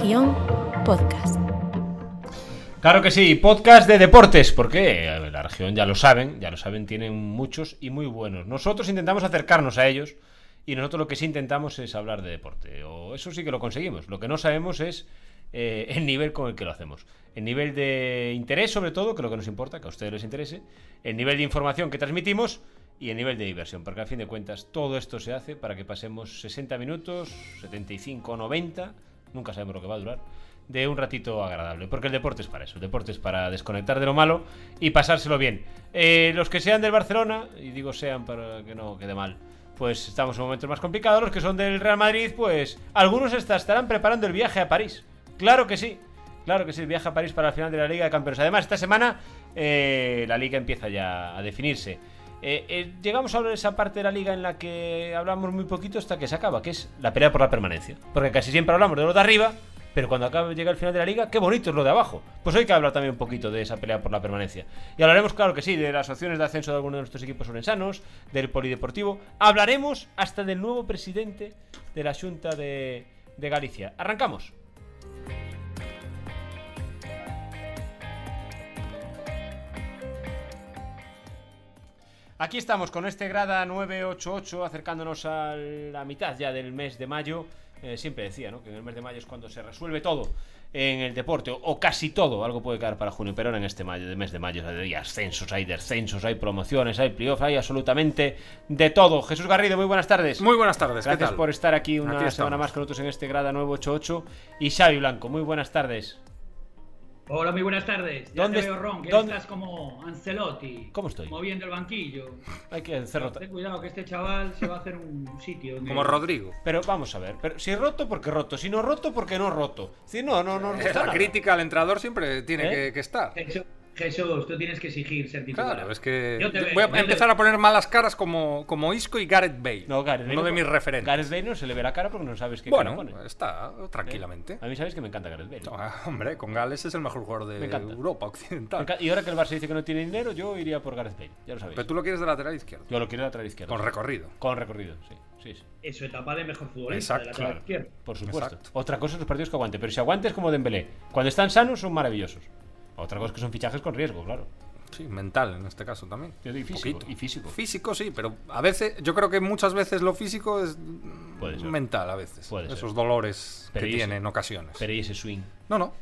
Región Podcast. Claro que sí, podcast de deportes, porque la región ya lo saben, tienen muchos y muy buenos. Nosotros intentamos acercarnos a ellos y nosotros lo que sí intentamos es hablar de deporte, o eso sí que lo conseguimos. Lo que no sabemos es el nivel con el que lo hacemos. El nivel de interés, sobre todo, que es lo que nos importa, que a ustedes les interese, el nivel de información que transmitimos y el nivel de diversión, porque al fin de cuentas todo esto se hace para que pasemos 60 minutos, 75, 90, nunca sabemos lo que va a durar, de un ratito agradable, porque el deporte es para eso, el deporte es para desconectar de lo malo y pasárselo bien. Los que sean del Barcelona, y digo sean para que no quede mal, pues estamos en momentos más complicados. Los que son del Real Madrid, pues algunos estarán preparando el viaje a París. Claro que sí, el viaje a París para la final de la Liga de Campeones. Además, esta semana la Liga empieza ya a definirse. Llegamos a hablar de esa parte de la Liga en la que hablamos muy poquito hasta que se acaba, que es la pelea por la permanencia, porque casi siempre hablamos de los de arriba, pero cuando llega el final de la Liga, qué bonito es lo de abajo. Pues hoy hay que hablar también un poquito de esa pelea por la permanencia. Y hablaremos, claro que sí, de las opciones de ascenso de algunos de nuestros equipos orensanos, del polideportivo. Hablaremos hasta del nuevo presidente de la Xunta de Galicia. Arrancamos. Aquí estamos con este Grada 988, acercándonos a la mitad ya del mes de mayo. Siempre decía, ¿no?, que en el mes de mayo es cuando se resuelve todo en el deporte, o casi todo. Algo puede quedar para junio, pero en este mes de mayo hay ascensos, hay descensos, hay promociones, hay playoffs, hay absolutamente de todo. Jesús Garrido, muy buenas tardes. Muy buenas tardes, gracias ¿qué tal? Por estar aquí una semana más con nosotros en este Grada 988. Y Xavi Blanco, muy buenas tardes. Hola, muy buenas tardes. Ya te veo, Ron, que estás como Ancelotti. ¿Cómo estoy? Moviendo el banquillo. Hay que hacerlo. Ten cuidado que este chaval se va a hacer un sitio. Como Rodrigo. Pero vamos a ver, si roto, porque roto. Si no roto, porque no roto. Si no La crítica al entrenador siempre tiene que estar. Jesús, tú tienes que exigir ser titular. Claro, es que voy a empezar a poner malas caras como Isco y Gareth Bale. No, Gareth Bale, uno de mis referentes. Gareth Bale no se le ve la cara porque no sabes qué cara pone. Bueno, está tranquilamente. A mí sabes que me encanta Gareth Bale. No, hombre, con Gales es el mejor jugador de Europa Occidental. Y ahora que el Barça dice que no tiene dinero, yo iría por Gareth Bale, ya lo sabéis. Pero tú lo quieres de lateral izquierdo. Yo lo quiero de lateral izquierdo. Con recorrido. Con recorrido, sí. Es su etapa de mejor futbolista. Exacto, de lateral izquierdo. Por supuesto. Exacto. Otra cosa es los partidos que aguante, pero si aguantes como Dembélé, cuando están sanos son maravillosos. Otra cosa es que son fichajes con riesgo, claro. Sí, mental en este caso también. Y físico. Físico sí, pero a veces, yo creo que muchas veces lo físico es mental a veces. Puede esos ser. dolores que tiene en ocasiones. Pero ¿y ese swing? No.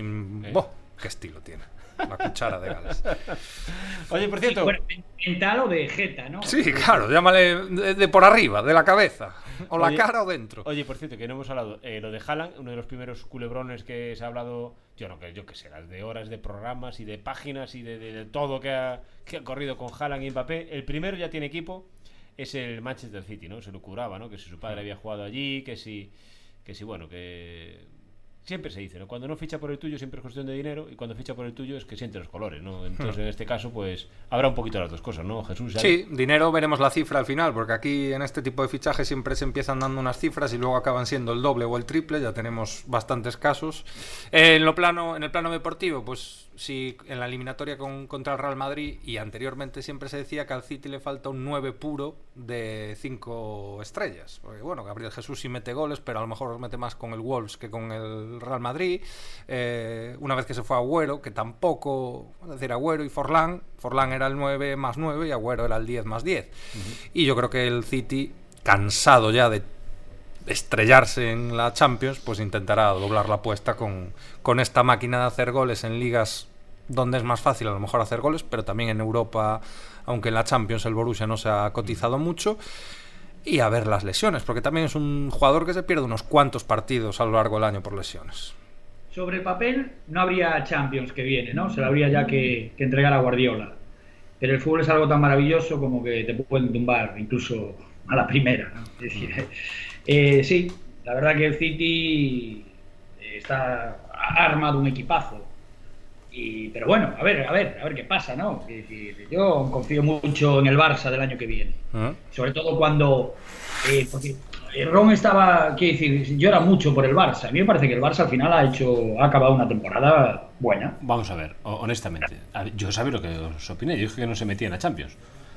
¿Qué estilo tiene? La cuchara de Gales. Oye, por cierto. Mental o de jeta, ¿no? Sí, claro, llámale de por arriba, de la cabeza. O la cara o dentro. Oye, por cierto, que no hemos hablado. Lo de Haaland, uno de los primeros culebrones que se ha hablado. Yo que sé, las de horas de programas y de páginas y de todo que ha corrido con Haaland y Mbappé. El primero ya tiene equipo. Es el Manchester City, ¿no? Se lo curaba, ¿no? Que si su padre había jugado allí, que si bueno, que siempre se dice, ¿no? Cuando no ficha por el tuyo siempre es cuestión de dinero, y cuando ficha por el tuyo es que siente los colores, ¿no? Entonces en este caso pues habrá un poquito de las dos cosas, ¿no, Jesús? Sí, dinero, veremos la cifra al final, porque aquí en este tipo de fichajes siempre se empiezan dando unas cifras y luego acaban siendo el doble o el triple. Ya tenemos bastantes casos. En el plano deportivo, pues sí, en la eliminatoria contra el Real Madrid y anteriormente siempre se decía que al City le falta un 9 puro de 5 estrellas, porque bueno, Gabriel Jesús sí mete goles, pero a lo mejor los mete más con el Wolves que con el Real Madrid. Una vez que se fue Agüero, que tampoco, es decir, Agüero y Forlán era el 9 más 9 y Agüero era el 10 más 10. Y yo creo que el City, cansado ya de estrellarse en la Champions, pues intentará doblar la apuesta con esta máquina de hacer goles en ligas donde es más fácil a lo mejor hacer goles, pero también en Europa, aunque en la Champions el Borussia no se ha cotizado mucho. Y a ver las lesiones, porque también es un jugador que se pierde unos cuantos partidos a lo largo del año por lesiones. Sobre el papel no habría Champions que viene, ¿no? Se la habría ya que entregar a Guardiola. Pero el fútbol es algo tan maravilloso como que te pueden tumbar incluso a la primera, ¿no? Es decir, sí, la verdad que el City está armado un equipazo. Pero bueno, a ver qué pasa, ¿no? Yo confío mucho en el Barça del año que viene. Sobre todo cuando... porque Ron estaba... Quiero decir, llora mucho por el Barça. A mí me parece que el Barça al final ha acabado una temporada buena. Vamos a ver, honestamente. Yo sabía lo que os opiné. Yo dije que no se metía en la Champions.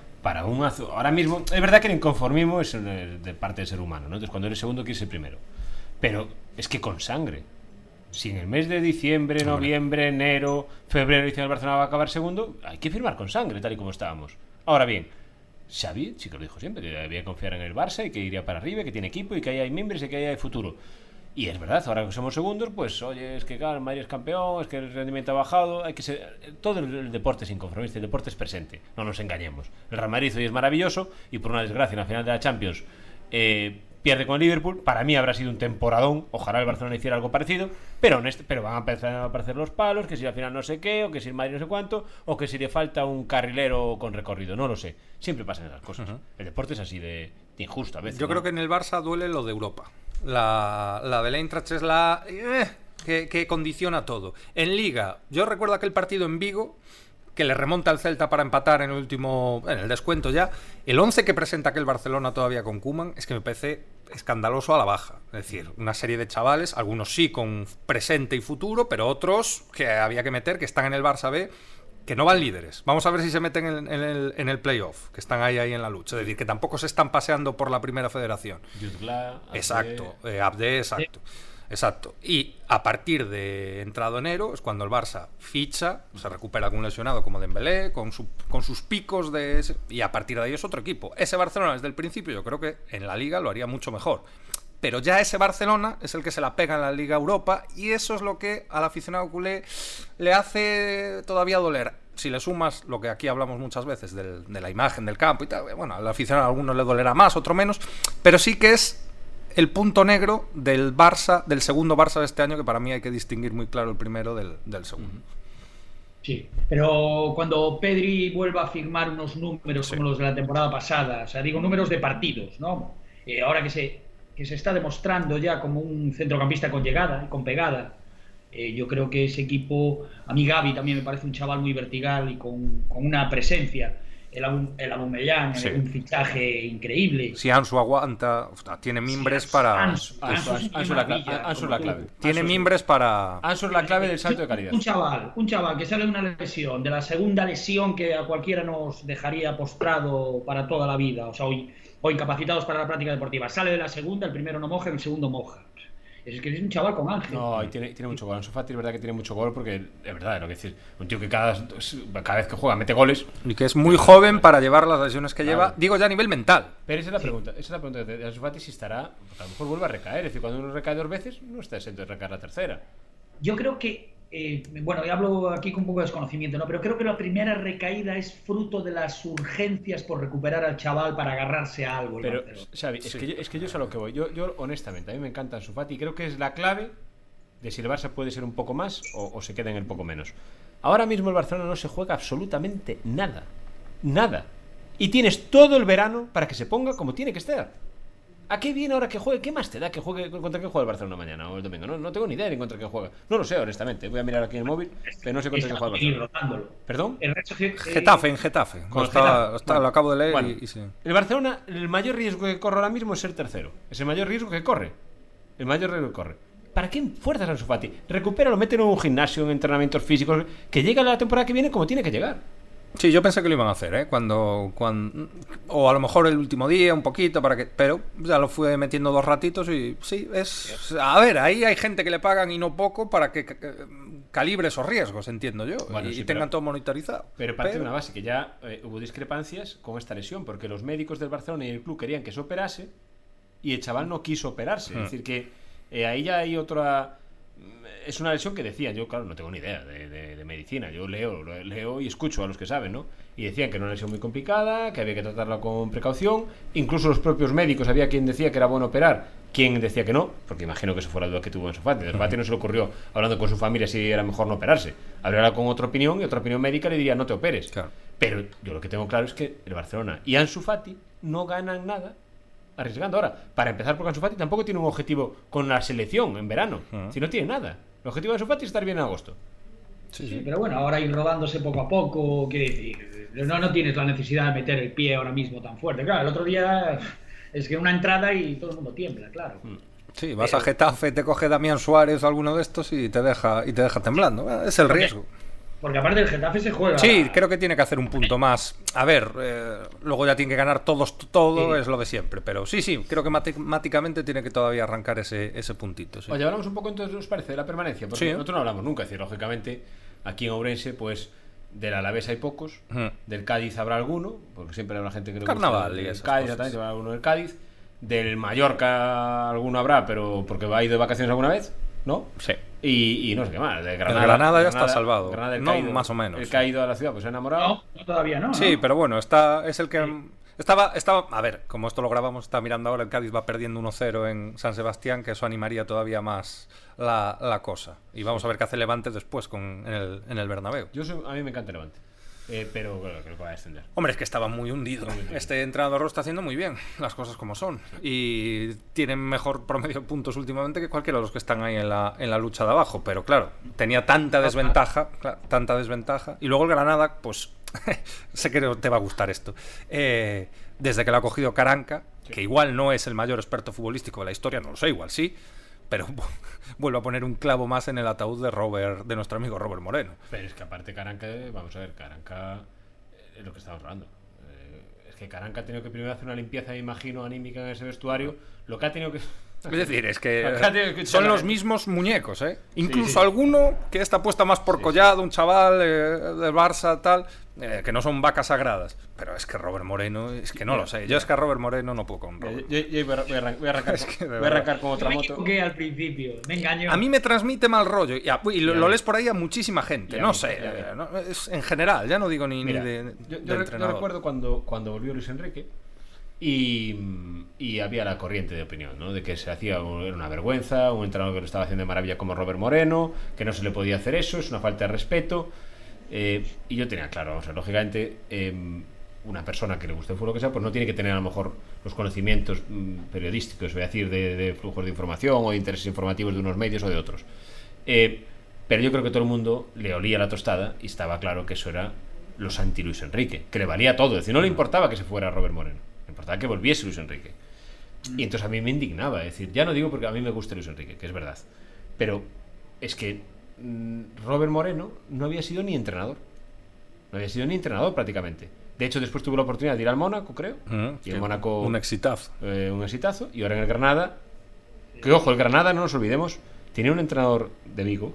Ahora mismo, es verdad que el inconformismo es de parte del ser humano, ¿no? Entonces cuando eres segundo quieres ser primero. Pero es que con sangre Si en el mes de diciembre, noviembre, enero, febrero dicen el Barcelona va a acabar segundo, hay que firmar con sangre, tal y como estábamos. Ahora bien, Xavi sí que lo dijo siempre, que había que confiar en el Barça y que iría para arriba, que tiene equipo y que ahí hay miembros y que ahí hay futuro. Y es verdad, ahora que somos segundos, pues oye, es que claro, el Madrid es campeón, es que el rendimiento ha bajado, hay que ser... Todo el deporte es inconformista, el deporte es presente, no nos engañemos. El Real Madrid hoy es maravilloso y por una desgracia en la final de la Champions pierde con el Liverpool. Para mí habrá sido un temporadón, ojalá el Barcelona hiciera algo parecido, pero van a empezar a aparecer los palos, que si al final no sé qué, o que si el Madrid no sé cuánto, o que si le falta un carrilero con recorrido, no lo sé. Siempre pasan esas cosas. El deporte es así de injusto a veces. Yo creo que en el Barça duele lo de Europa. La del Eintracht es la que condiciona todo. En Liga, yo recuerdo aquel partido en Vigo que le remonta al Celta para empatar en el descuento ya. El 11 que presenta aquel Barcelona todavía con Koeman es que me parece escandaloso a la baja. Es decir, una serie de chavales, algunos sí con presente y futuro, pero otros que había que meter, que están en el Barça B, que no van líderes. Vamos a ver si se meten en el playoff, que están ahí en la lucha. Es decir, que tampoco se están paseando por la primera federación. Jutgla, exacto, Abde, exacto. Exacto. Y a partir de entrado enero es cuando el Barça ficha, se recupera algún lesionado como Dembélé, con sus picos y a partir de ahí es otro equipo. Ese Barcelona desde el principio yo creo que en la Liga lo haría mucho mejor. Pero ya ese Barcelona es el que se la pega en la Liga Europa y eso es lo que al aficionado culé le hace todavía doler. Si le sumas lo que aquí hablamos muchas veces de la imagen del campo y tal, bueno, al aficionado a algunos le dolerá más, otro menos, pero sí que es el punto negro del Barça, del segundo Barça de este año, que para mí hay que distinguir muy claro el primero del segundo. Sí, pero cuando Pedri vuelva a firmar unos números como los de la temporada pasada, o sea, digo números de partidos, ¿no? Ahora que se está demostrando ya como un centrocampista con llegada y con pegada, yo creo que ese equipo, a mí Gavi también me parece un chaval muy vertical y con una presencia. El Aubameyang, un fichaje increíble. Si Ansu aguanta, tiene mimbres para... Ansu es la clave. Tiene mimbres para... Ansu es la clave del salto de calidad. Un chaval que sale de una lesión, de la segunda lesión que a cualquiera nos dejaría postrado para toda la vida, o sea, o incapacitados para la práctica deportiva. Sale de la segunda, el primero no moja, el segundo moja. Es que es un chaval con ángel. No, y tiene mucho gol. Ansu Fati es verdad que tiene mucho gol porque es verdad, lo que decir, un tío que cada vez que juega mete goles. Y que es muy joven para llevar las lesiones que lleva, digo ya a nivel mental. Pero esa es la pregunta. Esa es la pregunta de Ansu Fati, si estará, a lo mejor vuelve a recaer. Es decir, cuando uno recae 2 veces, no está exento de recaer la tercera. Yo creo que bueno, y hablo aquí con un poco de desconocimiento, ¿no? Pero creo que la primera recaída es fruto de las urgencias por recuperar al chaval para agarrarse a algo. Pero, Xavi, es que yo sé a lo que voy. Yo honestamente, a mí me encanta Ansu Fati y creo que es la clave de si el Barça puede ser un poco más o se queda en el poco menos. Ahora mismo el Barcelona no se juega absolutamente nada. Nada. Y tienes todo el verano para que se ponga como tiene que estar. ¿A qué viene ahora que juegue? ¿Qué más te da que juegue? ¿Contra qué juega el Barcelona mañana o el domingo? No tengo ni idea de contra qué juega. No lo sé, honestamente. Voy a mirar aquí en el móvil, pero no sé contra qué juega el Barcelona. ¿Perdón? Getafe. Lo acabo de leer. Bueno, y sí. El Barcelona, el mayor riesgo que corre ahora mismo es ser tercero. Es el mayor riesgo que corre. ¿Para qué fuerzas Ansu Fati? Recupéralo, mételo en un gimnasio, en entrenamientos físicos, que llegue la temporada que viene como tiene que llegar. Sí, yo pensé que lo iban a hacer, cuando o a lo mejor el último día un poquito pero ya lo fui metiendo 2 ratitos y sí, a ver, ahí hay gente que le pagan y no poco para que calibre esos riesgos, entiendo yo, bueno, y tengan todo monitorizado. Pero parte de una base que ya hubo discrepancias con esta lesión, porque los médicos del Barcelona y el club querían que se operase y el chaval no quiso operarse, es decir que ahí ya hay otra... Es una lesión que decían, yo claro no tengo ni idea de medicina, yo leo y escucho a los que saben, ¿no? Y decían que era una lesión muy complicada, que había que tratarla con precaución, incluso los propios médicos, había quien decía que era bueno operar, quien decía que no, porque imagino que eso fue la duda que tuvo en Ansu Fati. Ansu Fati no se le ocurrió, hablando con su familia, si era mejor no operarse, hablará con otra opinión y otra opinión médica le diría no te operes, claro. Pero yo lo que tengo claro es que el Barcelona y Ansu Fati no ganan nada arriesgando. Ahora, para empezar, porque Ansu Fati tampoco tiene un objetivo con la selección en verano, si no tiene nada. El objetivo de Ansu Fati es estar bien en agosto. Sí, pero bueno, ahora ir robándose poco a poco, quiere decir, no tienes la necesidad de meter el pie ahora mismo tan fuerte. Claro, el otro día es que una entrada y todo el mundo tiembla, claro. Sí, vas a Getafe, te coge Damián Suárez o alguno de estos y te deja temblando. Es el riesgo. Porque aparte el Getafe se juega. Sí, creo que tiene que hacer un punto más. A ver, luego ya tiene que ganar todo, Sí. es lo de siempre. Pero sí, creo que matemáticamente tiene que todavía arrancar ese puntito. Sí. Oye, hablamos un poco entonces, ¿os parece, de la permanencia? Porque Sí. nosotros no hablamos nunca, es decir, lógicamente, aquí en Ourense, pues, del Alavés hay pocos, del Cádiz habrá alguno, porque siempre habrá gente que le Carnaval gusta y el esas Cádiz, cosas. exactamente, habrá alguno del Cádiz, del Mallorca alguno habrá, pero porque ha ido de vacaciones alguna vez, ¿no? Sí. Y no sé qué más, de Granada. El Granada ya está salvado. Granada, No, más o menos, El sí. que ha ido a la ciudad, pues se ha enamorado. No, todavía no. Sí, ¿no? pero bueno, es el que... Estaba, a ver, como esto lo grabamos, está mirando ahora, el Cádiz va perdiendo 1-0 en San Sebastián, que eso animaría todavía más la cosa. Y vamos a ver qué hace Levante después en el Bernabéu. A mí me encanta el Levante, pero bueno, creo que va a descender. Hombre, es que estaba muy hundido. Este entrenador lo está haciendo muy bien, las cosas como son. Y tienen mejor promedio de puntos últimamente que cualquiera de los que están ahí en la lucha de abajo. Pero claro, tenía tanta desventaja. Y luego el Granada, pues sé que te va a gustar esto. Desde que lo ha cogido Caranca, que igual no es el mayor experto futbolístico de la historia, no lo sé, igual sí. Pero vuelvo a poner un clavo más en el ataúd de nuestro amigo Robert Moreno. Pero es que aparte Caranca, vamos a ver, Caranca es lo que estamos hablando. Es que Caranca ha tenido que primero hacer una limpieza, me imagino, anímica en ese vestuario. Lo que ha tenido que... Es decir, es que Acá tiene que son echar los la- mismos muñecos, ¿eh? Incluso sí. alguno que está puesta más por Collado, un chaval del Barça, tal, que no son vacas sagradas. Pero es que Robert Moreno, es que no lo sé. Yo es que a Robert Moreno no puedo con Robert. Yo voy a arrancar, Es que de voy a arrancar con Yo otra me moto. equivoqué al principio, me engañó. A mí me transmite mal rollo. Y lo Ya. lees por ahí a muchísima gente. Ya, No ya, sé. ya. ¿no? Es en general, ya no digo ni Mira, de yo entrenador. recuerdo cuando volvió Luis Enrique y había la corriente de opinión, ¿no? De que se hacía era una vergüenza, un entrenador que lo estaba haciendo de maravilla como Robert Moreno, que no se le podía hacer eso, es una falta de respeto. Y yo tenía claro, o sea, lógicamente, una persona que le guste el fútbol, que sea, pues no tiene que tener a lo mejor los conocimientos periodísticos, voy a decir, de flujos de información o de intereses informativos de unos medios o de otros. Pero yo creo que todo el mundo le olía la tostada y estaba claro que eso era los anti Luis Enrique, que le valía todo, es decir, no le importaba que se fuera Robert Moreno, le importaba que volviese Luis Enrique. Y entonces a mí me indignaba, es decir, ya no digo porque a mí me gusta Luis Enrique, que es verdad, pero es que Robert Moreno no había sido ni entrenador, prácticamente. De hecho, después tuvo la oportunidad de ir al Mónaco, creo, y el Mónaco Un exitazo. un exitazo, y ahora en el Granada, que ojo, el Granada, no nos olvidemos, tenía un entrenador de Vigo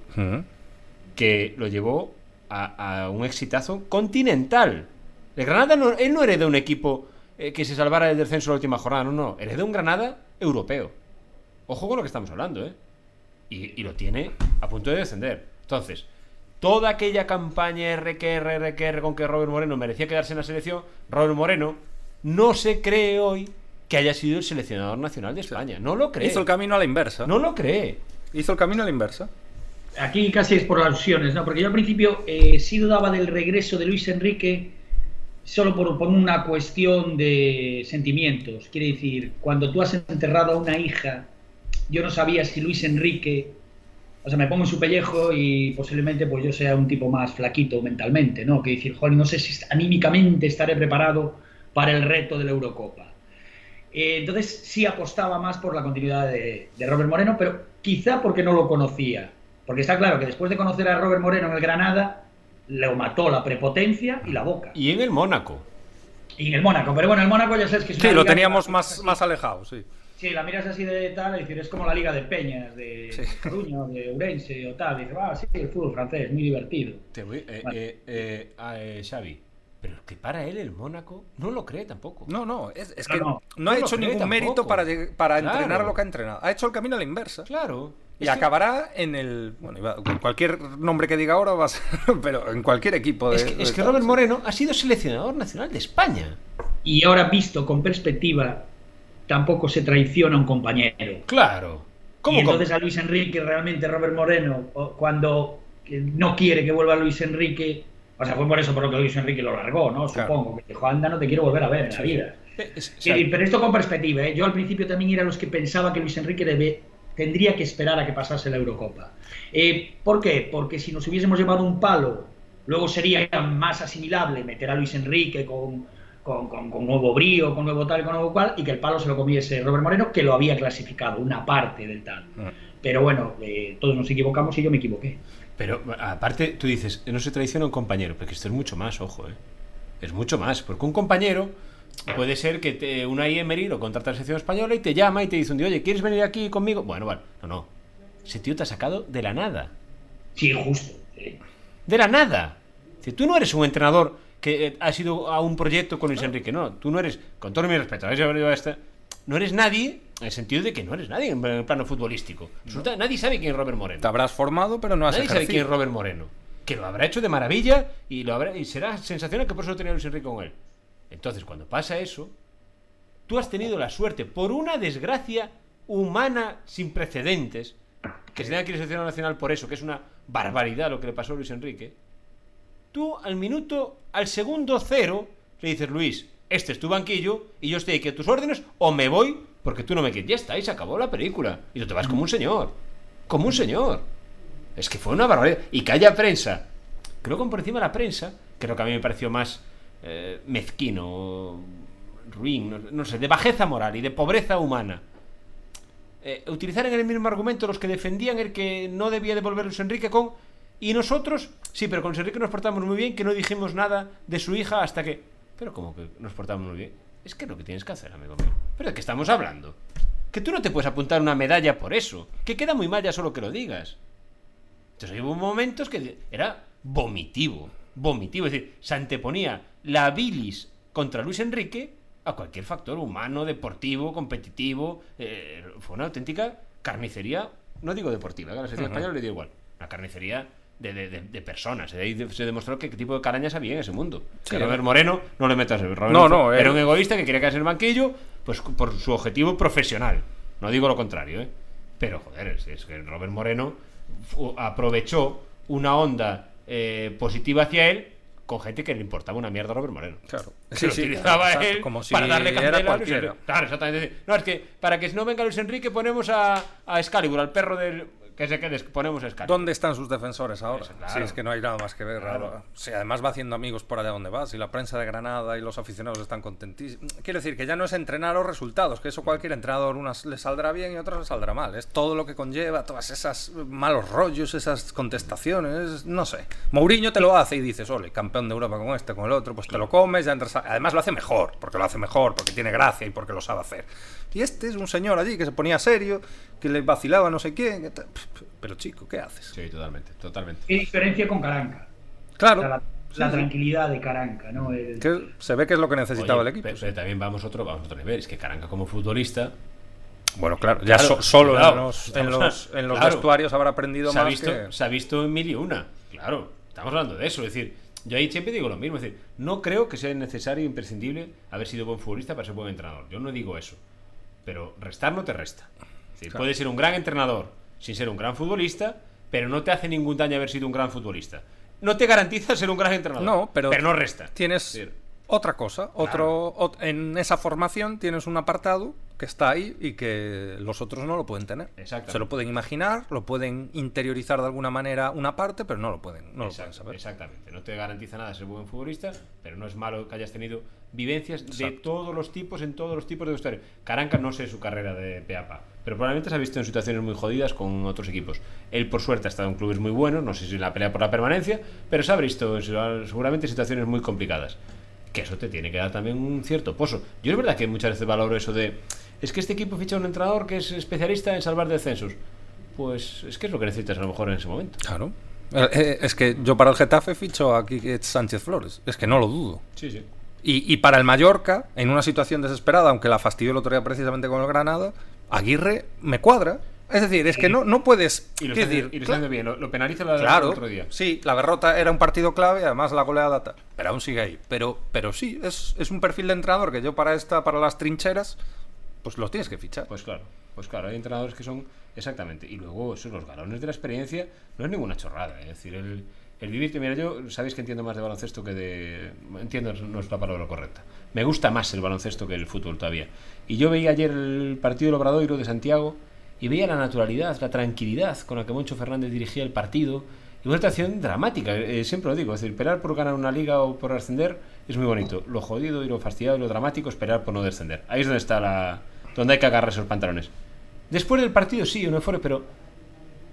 que lo llevó a un exitazo continental. El Granada él no heredó un equipo que se salvara del descenso en la última jornada, no, heredó un Granada europeo. Ojo con lo que estamos hablando, y lo tiene a punto de descender. Entonces, toda aquella campaña RQR con que Robert Moreno merecía quedarse en la selección, Robert Moreno no se cree hoy que haya sido el seleccionador nacional de España. No lo cree. Hizo el camino a la inversa. No lo cree. Hizo el camino a la inversa. Aquí casi es por alusiones, ¿no? Porque yo al principio sí dudaba del regreso de Luis Enrique solo por una cuestión de sentimientos. Quiere decir, cuando tú has enterrado a una hija, yo no sabía si Luis Enrique... O sea, me pongo en su pellejo y posiblemente pues yo sea un tipo más flaquito mentalmente, ¿no? Que decir, joder, no sé si anímicamente estaré preparado para el reto de la Eurocopa. Entonces sí apostaba más por la continuidad de Robert Moreno, pero quizá porque no lo conocía. Porque está claro que después de conocer a Robert Moreno en el Granada, le mató la prepotencia y la boca. Y en el Mónaco. Y en el Mónaco, pero bueno, el Mónaco ya sabes que es una Sí, lo liga teníamos que- más alejado, sí. Sí, la miras así de tal, es decir, es como la Liga de Peñas, de Sí. Coruña, de Ourense o tal. Dices, sí, el fútbol francés, muy divertido. Xavi. Pero que para él el Mónaco no lo cree tampoco. No, es No, que no. no ha No lo hecho cree ningún mérito tampoco. para Claro. entrenar lo que ha entrenado. Ha hecho el camino a la inversa. Claro. Y acabará en el... Bueno, con cualquier nombre que diga ahora va a ser... Pero en cualquier equipo de... Es que Robert Moreno ha sido seleccionador nacional de España. Y ahora visto con perspectiva, tampoco se traiciona a un compañero. Claro. Y entonces a Luis Enrique, realmente Robert Moreno, cuando no quiere que vuelva Luis Enrique, o sea, fue por eso por lo que Luis Enrique lo largó, ¿no? Claro. Supongo, que dijo, anda, no te quiero volver a ver en la vida. Pero esto con perspectiva, ¿eh? Yo al principio también era los que pensaba que Luis Enrique tendría que esperar a que pasase la Eurocopa. ¿Por qué? Porque si nos hubiésemos llevado un palo, luego sería más asimilable meter a Luis Enrique con nuevo brío, con nuevo tal, con nuevo cual, y que el palo se lo comiese Robert Moreno, que lo había clasificado, una parte del tal. Pero bueno, todos nos equivocamos y yo me equivoqué. Pero aparte, tú dices, no se traiciona un compañero, pero que esto es mucho más, ojo, es mucho más, porque un compañero puede ser que Unai Emery lo contrata a la selección española y te llama y te dice un día, oye, ¿quieres venir aquí conmigo? Bueno, vale, no, ese tío te ha sacado de la nada. Sí, justo. Sí. De la nada. Si tú no eres un entrenador que ha sido a un proyecto con Luis Enrique, no, tú no eres, con todo mi respeto, no eres nadie, en el sentido de que no eres nadie en el plano futbolístico. No. Nadie sabe quién es Robert Moreno. Te habrás formado, pero no has ejercido. Nadie sabe quién es Robert Moreno. Que lo habrá hecho de maravilla y será sensacional, que por eso tenía Luis Enrique con él. Entonces, cuando pasa eso, tú has tenido la suerte, por una desgracia humana sin precedentes, que se tenga que ir a la selección nacional por eso, que es una barbaridad lo que le pasó a Luis Enrique. Tú al segundo 0, le dices, Luis, este es tu banquillo y yo estoy aquí a tus órdenes, o me voy porque tú no me quieres. Ya está, y se acabó la película. Y tú te vas como un señor. Como un señor. Es que fue una barbaridad. Y que haya prensa. Creo que por encima de la prensa, creo que a mí me pareció más mezquino, ruin, no sé, de bajeza moral y de pobreza humana. Utilizar en el mismo argumento los que defendían el que no debía devolver Luis Enrique con... Y nosotros, sí, pero con Luis Enrique nos portamos muy bien, que no dijimos nada de su hija hasta que... Pero como que nos portamos muy bien. Es que es lo que tienes que hacer, amigo mío. ¿Pero de qué estamos hablando? Que tú no te puedes apuntar una medalla por eso. Que queda muy mal ya solo que lo digas. Entonces hubo momentos que era vomitivo. Es decir, se anteponía la bilis contra Luis Enrique a cualquier factor humano, deportivo, competitivo. Fue una auténtica carnicería, no digo deportiva, que a la selección española le dio igual. Una carnicería de personas. De ahí se demostró qué tipo de carañas había en ese mundo. Sí, que Robert Moreno, no le metas el Robert. Era un egoísta que quería quedarse en el banquillo, pues por su objetivo profesional. No digo lo contrario, pero joder, es que Robert Moreno aprovechó una onda positiva hacia él con gente que le importaba una mierda a Robert Moreno. Claro. Se lo utilizaba él como si para darle candela era cualquiera. Claro, exactamente. No, es que para que no venga Luis Enrique ponemos a Excalibur, al perro del... Que se quede, ponemos Excalibur. ¿Dónde están sus defensores ahora? Eso, claro. Sí, es que no hay nada más que ver. Claro. Sí, además va haciendo amigos por allá donde vas y la prensa de Granada y los aficionados están contentísimos. Quiero decir que ya no es entrenar los resultados, que eso cualquier entrenador, unas le saldrá bien y otras le saldrá mal. Es todo lo que conlleva, todas esas malos rollos, esas contestaciones, no sé. Mourinho te lo hace y dices, ole, campeón de Europa con este, con el otro, pues te lo comes, ya entras además lo hace mejor, porque tiene gracia y porque lo sabe hacer. Y este es un señor allí que se ponía serio, que le vacilaba no sé quién. Pero chico, ¿qué haces? Sí, totalmente. ¿Qué diferencia con Caranca? Claro. O sea, la tranquilidad de Caranca, ¿no? Que se ve que es lo que necesitaba el equipo. Pero también vamos a otro nivel. Es que Caranca como futbolista... Bueno, claro, ya solo en los vestuarios habrá aprendido más Se ha visto en mil y una. Claro, estamos hablando de eso. Es decir, yo ahí siempre digo lo mismo. Es decir, no creo que sea necesario e imprescindible haber sido buen futbolista para ser buen entrenador. Yo no digo eso. Pero restar no te resta. Es decir, puedes ser un gran entrenador sin ser un gran futbolista, pero no te hace ningún daño haber sido un gran futbolista. No te garantiza ser un gran entrenador. No, pero no resta. Tienes otra cosa. En esa formación tienes un apartado que está ahí y que los otros no lo pueden tener. Se lo pueden imaginar, lo pueden interiorizar de alguna manera una parte, pero no lo pueden saber. Exactamente. No te garantiza nada ser buen futbolista, pero no es malo que hayas tenido vivencias de todos los tipos, en todos los tipos de vestuario. Caranca no sé su carrera de pe a pa, pero probablemente se ha visto en situaciones muy jodidas con otros equipos. Él por suerte ha estado en clubes muy buenos, no sé si en la pelea por la permanencia, pero se ha visto seguramente en situaciones muy complicadas, que eso te tiene que dar también un cierto pozo. Yo es verdad que muchas veces valoro eso de, es que este equipo ficha a un entrenador que es especialista en salvar descensos. Pues es que es lo que necesitas a lo mejor en ese momento. Claro. Es que yo para el Getafe ficho a Quique Sánchez Flores, es que no lo dudo. Sí. Y para el Mallorca, en una situación desesperada, aunque la fastidió el otro día precisamente con el Granada, Aguirre me cuadra. Es decir, es que no puedes... Y lo está haciendo bien, lo penaliza el otro día. Sí, la derrota era un partido clave, además la goleada tal, pero aún sigue ahí. Pero sí, es un perfil de entrenador que yo para las trincheras, pues los tienes que fichar. Pues claro, hay entrenadores que son... Exactamente. Y luego, los galones de la experiencia no es ninguna chorrada. Es decir, el vivir... Mira, yo sabéis que entiendo más de baloncesto que de... Entiendo, no es la palabra correcta. Me gusta más el baloncesto que el fútbol todavía. Y yo veía ayer el partido del Obradoiro de Santiago y veía la naturalidad, la tranquilidad con la que Moncho Fernández dirigía el partido. Y una actuación dramática, siempre lo digo. Es decir, esperar por ganar una liga o por ascender es muy bonito. Lo jodido y lo fastidiado y lo dramático, esperar por no descender. Ahí es donde está donde hay que agarrar esos pantalones. Después del partido sí, uno fuera, pero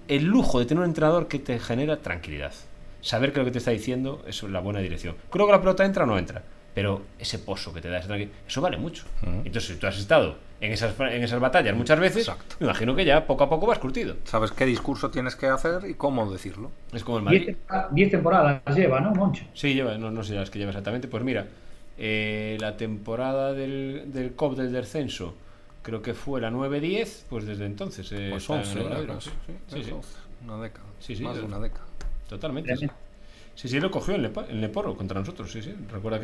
el lujo de tener un entrenador que te genera tranquilidad. Saber que lo que te está diciendo es la buena dirección. Creo que la pelota entra o no entra, pero ese pozo que te da, eso vale mucho. Entonces, si tú has estado en esas batallas muchas veces, Exacto. me imagino que ya poco a poco vas curtido. Sabes qué discurso tienes que hacer y cómo decirlo. Es como el Madrid. 10 temporadas lleva, ¿no, Moncho? Sí, lleva, no sé las que lleva exactamente. Pues mira, la temporada del COP del descenso, creo que fue la 9-10, pues desde entonces. Pues está en 11, el Obradoiro. casi, sí. Una década. Sí, Más de sí. una década. Totalmente. Sí, lo cogió el Neporo contra nosotros, sí. Recuerda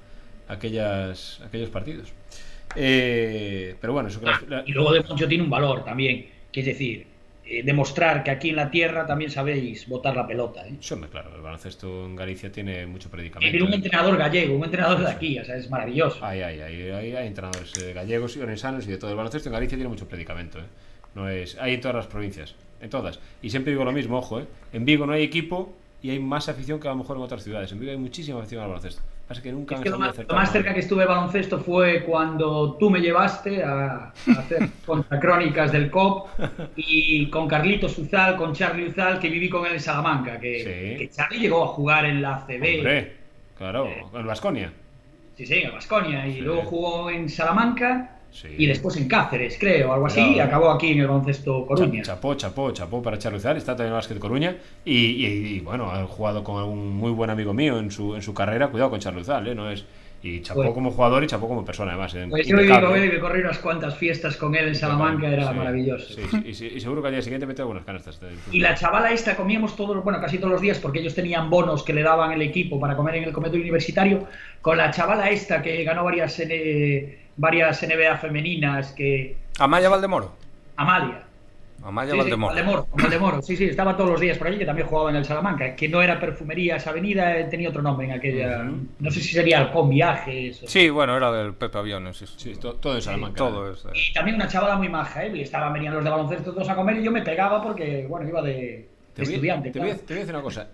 aquellos partidos. Pero bueno, eso que Y luego de Moncho tiene un valor también, que es decir, demostrar que aquí en la tierra también sabéis botar la pelota. Claro, el baloncesto en Galicia tiene mucho Y predicamento. tiene un entrenador gallego, un entrenador de aquí, o sea, es maravilloso. Hay entrenadores gallegos y orensanos y de todo. El baloncesto en Galicia tiene mucho predicamento. Hay en todas las provincias, en todas. Y siempre digo lo mismo, ojo, en Vigo no hay equipo y hay más afición que a lo mejor en otras ciudades. En Vigo hay muchísima afición al baloncesto. Pasa que nunca Es han que lo sabido más, acertar. lo más cerca que estuve de baloncesto fue cuando tú me llevaste a hacer contracrónicas del COP y con Carlitos Uzal, con Charlie Uzal, que viví con él en Salamanca, que Charlie llegó a jugar en la ACB. Hombre, claro, en Baskonia. Sí, en el Baskonia, y Sí. luego jugó en Salamanca. Sí. Y después en Cáceres, creo, algo así, Claro. y acabó aquí en el baloncesto Coruña. Chapó para Charlie Uzal, está también en el básquet Coruña y bueno, ha jugado con un muy buen amigo mío en su carrera. Cuidado con Charlie Uzal, no es. Y chapó Pues- como jugador y chapó como persona, además. Pues yo viví con impecable. él y me corrí unas cuantas fiestas con él en Salamanca, era Sí, maravilloso. sí, y seguro que al día siguiente mete algunas canastas. Y la chavala esta comíamos casi todos los días, porque ellos tenían bonos que le daban el equipo para comer en el comedor universitario, con la chavala esta que ganó varias NBA femeninas, que Amaya Valdemoro. Amalia. Amaya Sí, Valdemoro. Valdemoro, sí, estaba todos los días por allí, que también jugaba en el Salamanca, que no era Perfumerías Avenida, tenía otro nombre en aquella, no sé si sería Halcón Viajes. Sí, bueno, era del Pepe Aviones. Sí, todo en Salamanca. Todo es. Y también una chavala muy maja, y estaban veniendo los de baloncesto todos a comer y yo me pegaba porque, bueno, iba de estudiante. Te voy a decir una cosa.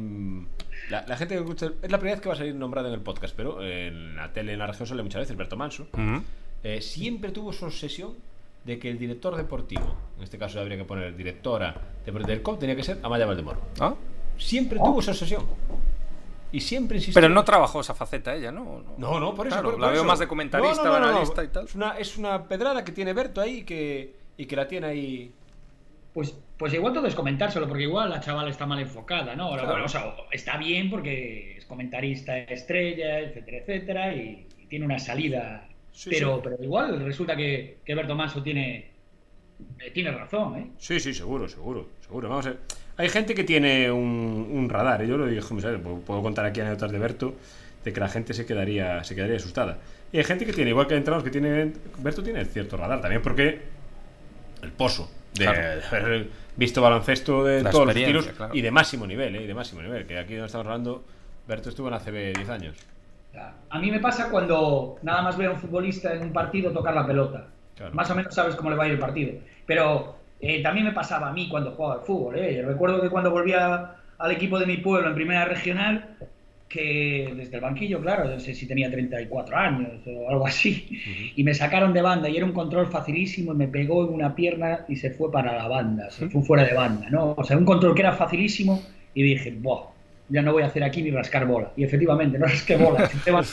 La gente que escucha. Es la primera vez que va a salir nombrado en el podcast, pero en la tele en la región sale muchas veces. Berto Manso siempre tuvo su obsesión de que el director deportivo, en este caso habría que poner directora del COP, tenía que ser Amaya Valdemoro. ¿Ah? Siempre tuvo esa obsesión. Y siempre insistió. Pero no trabajó esa faceta ella, ¿no? No, por eso. Claro, por la veo eso. más de comentarista, analista y tal. Es una pedrada que tiene Berto ahí y que la tiene ahí. Pues igual todo es comentárselo, porque igual la chavala está mal enfocada, ¿no? Ahora, Claro. bueno, o sea, está bien porque es comentarista estrella, etcétera, y tiene una salida. Sí, pero igual resulta que Berto Manso tiene razón, ¿eh? Sí, seguro. Vamos a ver. Hay gente que tiene un radar. Yo lo digo, ¿sabes? Puedo contar aquí anécdotas de Berto de que la gente se quedaría asustada. Y hay gente que tiene, igual que entrados que tiene. Berto tiene cierto radar también, porque el pozo de haber visto baloncesto de La todos los experiencia, estilos claro. y de máximo nivel, que aquí donde estamos hablando, Berto estuvo en la CB 10 años. A mí me pasa cuando nada más veo a un futbolista en un partido tocar la pelota. Claro. Más o menos sabes cómo le va a ir el partido. Pero también me pasaba a mí cuando jugaba al fútbol. Recuerdo que cuando volvía al equipo de mi pueblo en primera regional, que desde el banquillo, claro, no sé si tenía 34 años o algo así, y me sacaron de banda y era un control facilísimo y me pegó en una pierna y se fue para la banda, se fue fuera de banda, ¿no? O sea, un control que era facilísimo y dije, ¡buah! Ya no voy a hacer aquí ni rascar bola. Y efectivamente, no rasqué bola,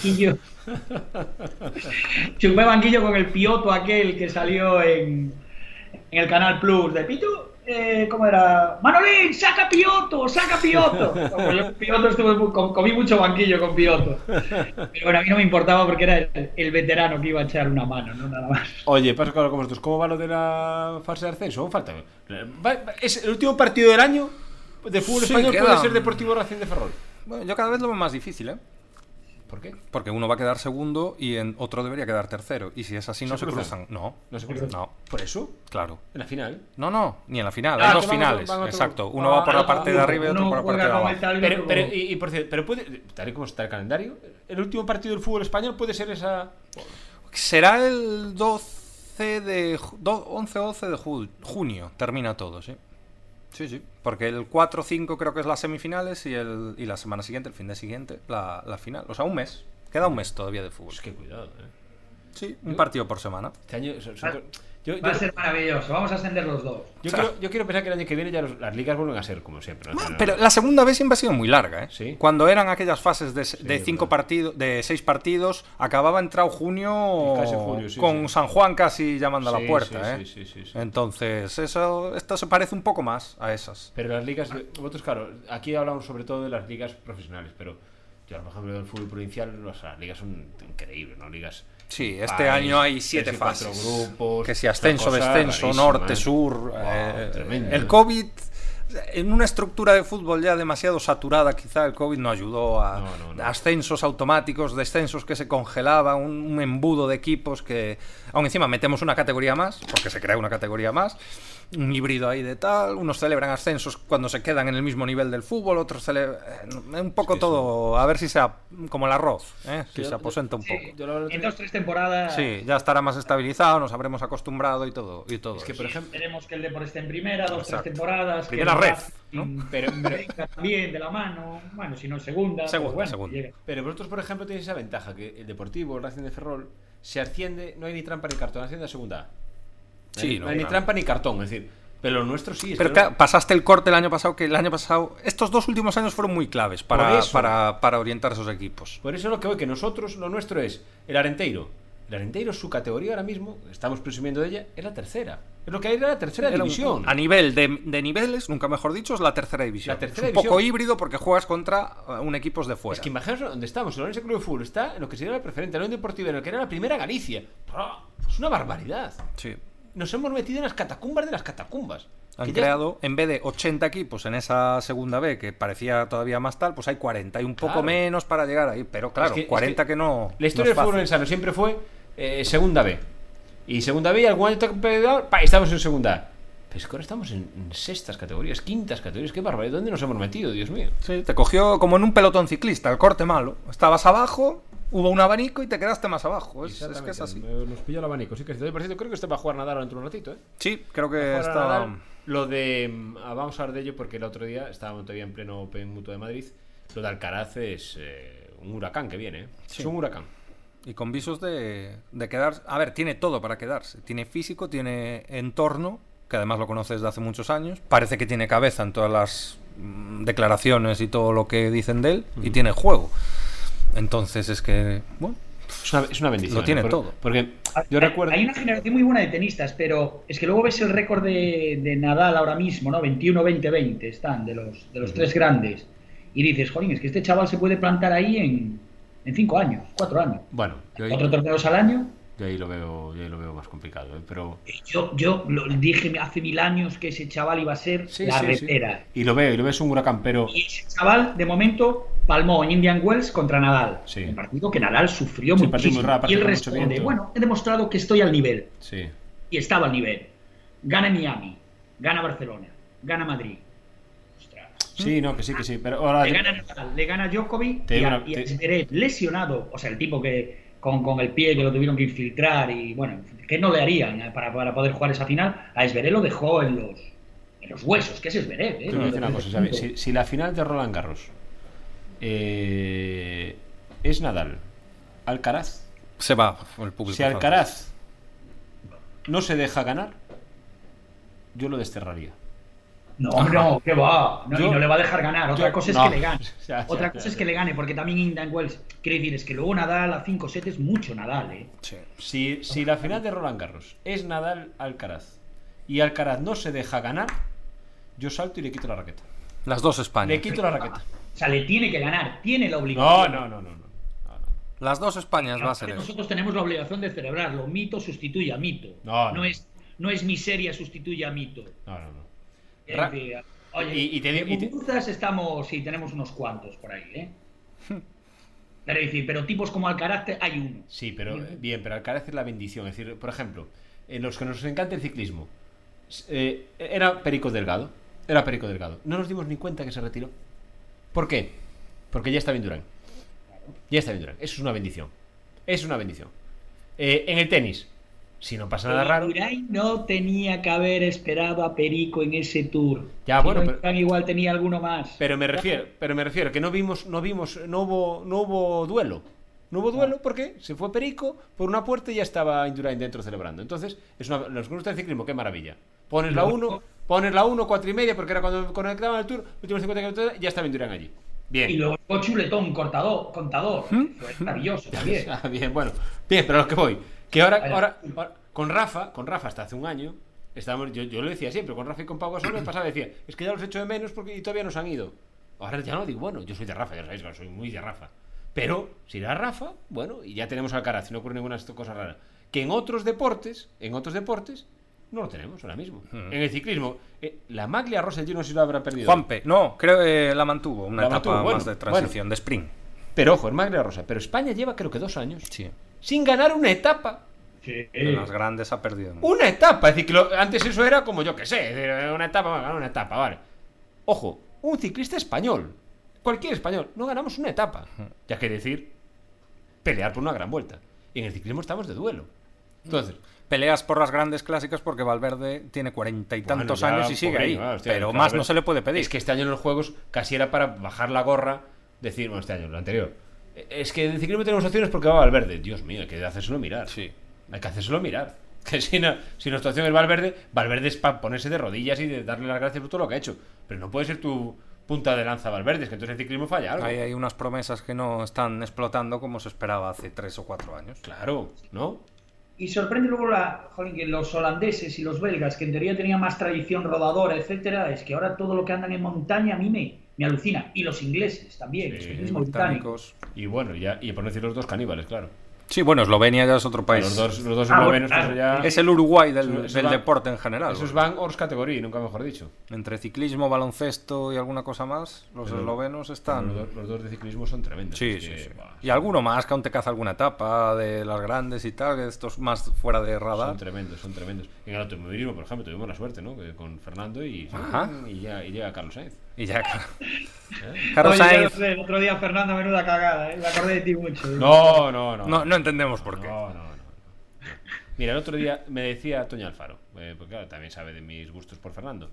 chupé banquillo con el pioto aquel que salió en el Canal Plus de Pito. ¿Cómo era? Manolín, saca Pioto. Como yo Pioto comí mucho banquillo con Pioto. Pero bueno, a mí no me importaba porque era el veterano que iba a echar una mano, no nada más. Oye, paso claro con vosotros. ¿Cómo va lo de la fase de ascenso? ¿Aún falta? ¿Es el último partido del año de fútbol español? queda. ¿Puede ser Deportivo Racing de Ferrol? Bueno, yo cada vez lo veo más difícil, ¿eh? ¿Por qué? Porque uno va a quedar segundo y otro debería quedar tercero. Y si es así, no se cruzan? cruzan. No. ¿No se cruzan? No. ¿Por eso? Claro. ¿En la final? No, ni en la final. Ah, Hay dos que van finales. otro- Exacto. Uno va por la parte de arriba y otro por la parte de abajo. Y por cierto, pero puede, tal y como está el calendario, el último partido del fútbol español puede ser esa. Será el 11 de junio. Termina todo, sí. Sí. Porque el 4-5 creo que es las semifinales y la semana siguiente, el fin de siguiente, la final. O sea, un mes. Queda un mes todavía de fútbol. Pues qué cuidado, Sí, un partido por semana. Este año Va a ser maravilloso, vamos a ascender los dos. Yo quiero pensar que el año que viene ya las ligas vuelven a ser como siempre, ¿no? Pero la segunda vez siempre ha sido muy larga, ¿eh? Sí. Cuando eran aquellas fases de 5 partidos, de 6 partidos, acababa entrado junio, casi junio, sí, con sí. San Juan casi llamando a Sí, la puerta, ¿eh? sí. Entonces, esto se parece un poco más a esas. Pero las ligas, vosotros, claro, aquí hablamos sobre todo de las ligas profesionales, pero yo, por ejemplo, del fútbol provincial, las ligas son increíbles, ¿no? Ligas. Sí, este año hay 7 fases. 4 grupos. Que si ascenso, descenso, norte, sur. Tremendo. El COVID, en una estructura de fútbol ya demasiado saturada, quizá el COVID no ayudó a No. ascensos automáticos, descensos que se congelaban, un embudo de equipos que, aún encima metemos una categoría más, porque se crea una categoría más, un híbrido ahí de tal, unos celebran ascensos cuando se quedan en el mismo nivel del fútbol, otros celebran un poco todo, a ver si sea como el arroz, si se aposenta un poco. En 2-3 temporadas. Sí, ya estará más estabilizado, nos habremos acostumbrado y todo. Es que, por ejemplo, esperemos que el Depor esté en primera, 2-3 Exacto. temporadas. Primera que red, ¿no? pero también de la mano, bueno, si no en segunda. Segunda, pues bueno, segunda. llega. Pero vosotros, por ejemplo, tenéis esa ventaja, que el Deportivo, el Racing de Ferrol, se asciende, no hay ni trampa ni cartón, asciende a segunda A. Sí, no hay ni claro. trampa ni cartón, es decir, pero lo nuestro sí. Pero claro, pasaste el corte el año pasado, que el año pasado, estos 2 últimos años fueron muy claves Por para eso. orientar esos equipos. Por eso es lo que voy, que nosotros, lo nuestro es el Arenteiro. El Arenteiro, su categoría ahora mismo, estamos presumiendo de ella, es la tercera. Es lo que hay en la tercera división. A nivel de niveles, nunca mejor dicho, es la tercera división. La tercera es un poco división. híbrido porque juegas contra un equipo de fuera. Es que imaginaos dónde estamos. El Orense Club de Fútbol está en lo que sería la preferente, el Unión Deportiva, en lo que era la primera Galicia. Es una barbaridad. Sí. Nos hemos metido en las catacumbas de las catacumbas. Han Que ya- creado, en vez de 80 equipos en esa segunda B, que parecía todavía más tal, pues hay 40 y un poco Claro. menos para llegar ahí. Pero claro, Es que 40 que no. La historia no es del fútbol fácil. ensano siempre fue segunda B. Y segunda B, y algún año estamos en segunda A. Pero es que ahora estamos en sextas categorías, quintas categorías. Qué barbaridad. ¿Dónde nos hemos metido, Dios mío? Sí, te cogió como en un pelotón ciclista, el corte malo. Estabas abajo, hubo un abanico y te quedaste más abajo. Es que es así. Nos pilló el abanico. Sí, que por cierto, creo que este va a jugar Nadal dentro de un ratito, ¿eh? Sí, creo que Ahora está. Nadal, lo de. Vamos a hablar de ello porque el otro día estábamos todavía en pleno Open Mutuo de Madrid. Lo de Alcaraz es un huracán que viene, ¿eh? Sí. Es un huracán. Y con visos de quedarse. A ver, tiene todo para quedarse. Tiene físico, tiene entorno, que además lo conoces desde hace muchos años. Parece que tiene cabeza en todas las declaraciones y todo lo que dicen de él. Y tiene juego. Entonces es que, bueno, Es una bendición. Lo tiene ¿eh? todo. Porque yo recuerdo. Hay una generación muy buena de tenistas, pero es que luego ves el récord de Nadal ahora mismo, ¿no? 21-20-20 están de los 3 grandes. Y dices, jolín, es que este chaval se puede plantar ahí en 5 años, 4 años. Bueno, yo ahí, 4 torneos al año. yo ahí lo veo más complicado, ¿eh? Pero. Yo lo dije hace 1000 años que ese chaval iba a ser la repera. Y lo veo, es un huracán, pero. Y ese chaval, de momento, palmó en Indian Wells contra Nadal. Sí. Un partido que Nadal sufrió Sí, partido muchísimo. muy raro, Y él partido con mucho responde, viento. bueno, he demostrado que estoy al nivel. Sí. Y estaba al nivel. Gana Miami, gana Barcelona, gana Madrid. Ostras. Sí, no, que sí. Pero ahora. Le gana Nadal, le gana Djokovic Te y digo a, una- y a te- Zverev, lesionado. O sea, el tipo que con el pie que lo tuvieron que infiltrar y bueno, ¿qué no le harían para poder jugar esa final? A Zverev lo dejó en los huesos, que es Zverev, ¿eh? Te voy a decir una cosa, ¿sabes? Si la final de Roland Garros es Nadal, Alcaraz, se va el público. si Alcaraz no se deja ganar, yo lo desterraría. No, hombre, no, ¿qué va? No, Yo- y no le va a dejar ganar. Otra yo- cosa es no. que le gane. Ya, Otra cosa es que le gane, porque también Indian Wells, quiero decir, es que luego Nadal a 5 sets es mucho Nadal, ¿eh? Sí. Si la final de Roland Garros es Nadal Alcaraz y Alcaraz no se deja ganar, yo salto y le quito la raqueta. Las dos Españas. Le quito la raqueta. O sea, le tiene que ganar, tiene la obligación. No. Las dos Españas va a ser Pero eso. nosotros tenemos la obligación de celebrarlo. Mito sustituye a mito. No. No es miseria sustituye a mito. No. Es Ra- decir, oye, y te digo- y te- Muguzas estamos, sí, tenemos unos cuantos por ahí, ¿eh? Pero, es decir, pero tipos como Alcaraz hay uno. Sí, pero bien, pero Alcaraz es la bendición. Es decir, por ejemplo, en los que nos encanta el ciclismo, era Perico Delgado. No nos dimos ni cuenta que se retiró. ¿Por qué? Porque ya está bien Durán. Eso es una bendición. En el tenis, si no pasa nada raro. Durán no tenía que haber esperado a Perico en ese tour. Ya, Si bueno, no, pero- Durán igual tenía alguno más. Pero me refiero que no hubo duelo. No hubo duelo porque se fue Perico por una puerta y ya estaba Indurain dentro celebrando. Entonces, los que gusta el ciclismo, qué maravilla. Pones la 1, 4:30, porque era cuando conectaban el Tour, últimos 50 kilómetros, y ya estaba Indurain allí. Bien. Y luego chuletón, contador. Fue maravilloso también. Bien, bueno. Bien, pero a lo que voy. Que ahora con Rafa hasta hace un año, yo lo decía siempre, con Rafa y con Pau Gasol me pasaba, decía, es que ya los echo de menos porque todavía no se han ido. Ahora ya no digo, bueno, yo soy de Rafa, ya sabéis que soy muy de Rafa. Pero si era Rafa, bueno, y ya tenemos Alcaraz, si no ocurre ninguna cosa rara. Que en otros deportes, no lo tenemos ahora mismo. En el ciclismo, la Maglia Rosa, yo no sé si lo habrá perdido. Juanpe, no, creo que la mantuvo una etapa más de transición, de sprint. Pero ojo, el Maglia Rosa. Pero España lleva creo que 2 años sin ganar una etapa. En las grandes ha perdido. Una etapa, es decir, que antes eso era como yo que sé, una etapa, ganar una etapa, vale. Ojo, un ciclista español, cualquier español, no ganamos una etapa. Ya que decir, pelear por una gran vuelta. Y en el ciclismo estamos de duelo. Entonces, peleas por las grandes clásicas porque Valverde tiene 40 y tantos años y sigue ahí. Hostia, pero más no se le puede pedir. Es que este año en los Juegos casi era para bajar la gorra, decir, bueno, este año, lo anterior. Es que en el ciclismo tenemos opciones porque va Valverde. Dios mío, hay que hacérselo mirar. Sí. Hay que hacérselo mirar. Que si nuestra opción es Valverde es para ponerse de rodillas y de darle las gracias por todo lo que ha hecho. Pero no puede ser tu punta de lanza Valverde, es que entonces el ciclismo falla algo. Hay unas promesas que no están explotando como se esperaba hace 3 o 4 años. Claro, ¿no? Y sorprende luego que los holandeses y los belgas, que en teoría tenían más tradición rodadora, etcétera, es que ahora todo lo que andan en montaña a mí me alucina. Y los ingleses también, los mismos británicos. Y bueno, y por no decir los dos caníbales, claro. Sí, bueno, Eslovenia ya es otro país. Los dos eslovenos ya... Es el Uruguay del deporte en general. Esos van hors categoría, nunca mejor dicho. Entre ciclismo, baloncesto y alguna cosa más, los eslovenos están... Los dos de ciclismo son tremendos. Sí. Y alguno más que aún te caza alguna etapa de las grandes y tal, que estos más fuera de radar. Son tremendos. En el automovilismo, por ejemplo, tuvimos la suerte, ¿no? Con Fernando y llega Carlos Sainz. Y ya, Carlos Sainz. El otro día Fernando, menuda cagada, me acordé de ti mucho. No entendemos por qué. No. Mira, el otro día me decía Toña Alfaro, porque claro, también sabe de mis gustos por Fernando.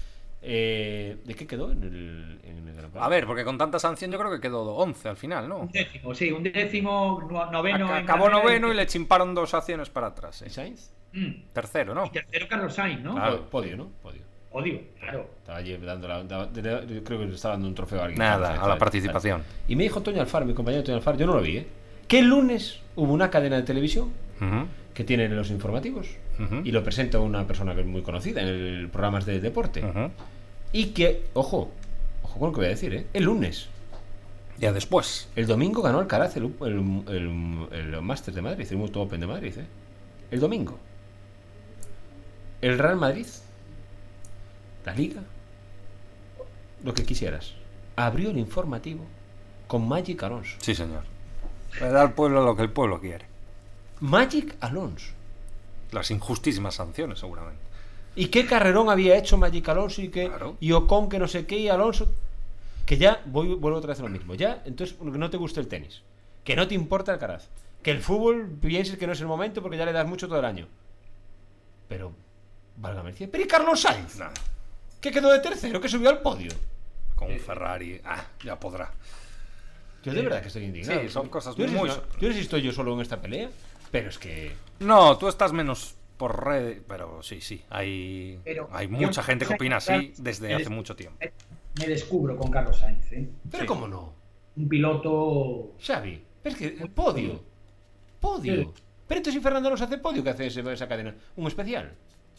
¿De qué quedó en el Gran Premio? A ver, porque con tanta sanción yo creo que quedó 11 al final, ¿no? Un décimo, noveno. Acabó noveno y le chimparon 2 acciones para atrás. ¿Y Sainz? Tercero, ¿no? Y tercero Carlos Sainz, ¿no? Claro, podio, ¿no? Podio, claro. Estaba allí yo creo que le estaba dando un trofeo a alguien. Nada, a la participación. Y me dijo Toña Alfaro, mi compañero Toña Alfaro, yo no lo vi, que el lunes hubo una cadena de televisión que tiene los informativos y lo presenta una persona que es muy conocida en el programas de deporte. Y que, ojo con lo que voy a decir, el lunes. Ya después. El domingo ganó Alcaraz el Masters de Madrid, el Mutua Open de Madrid, el domingo. El Real Madrid, la Liga, lo que quisieras, abrió el informativo con Magic Alonso. Sí, señor. Le da al pueblo lo que el pueblo quiere. Magic Alonso. Las injustísimas sanciones, seguramente. ¿Y qué carrerón había hecho Magic Alonso y Ocon que no sé qué y Alonso? Que ya vuelvo otra vez a lo mismo. Ya, entonces, que no te gusta el tenis, que no te importa Alcaraz, que el fútbol pienses que no es el momento porque ya le das mucho todo el año. Pero, válgame el cielo. Pero ¿y Carlos Sainz? Nada. ¿Qué quedó de tercero? Que subió al podio. Con un Ferrari. Ya podrá. Yo de verdad que estoy indignado. Sí, son cosas yo muy... Yo no sé si estoy yo solo en esta pelea, pero es que... No, tú estás menos por red, pero sí. Hay mucha gente que opina así desde hace mucho tiempo. Me descubro con Carlos Sainz, Pero ¿cómo no? Un piloto... Xavi, pero es que podio. Pero entonces si Fernando Alonso hace podio, ¿qué hace esa cadena? ¿Un especial?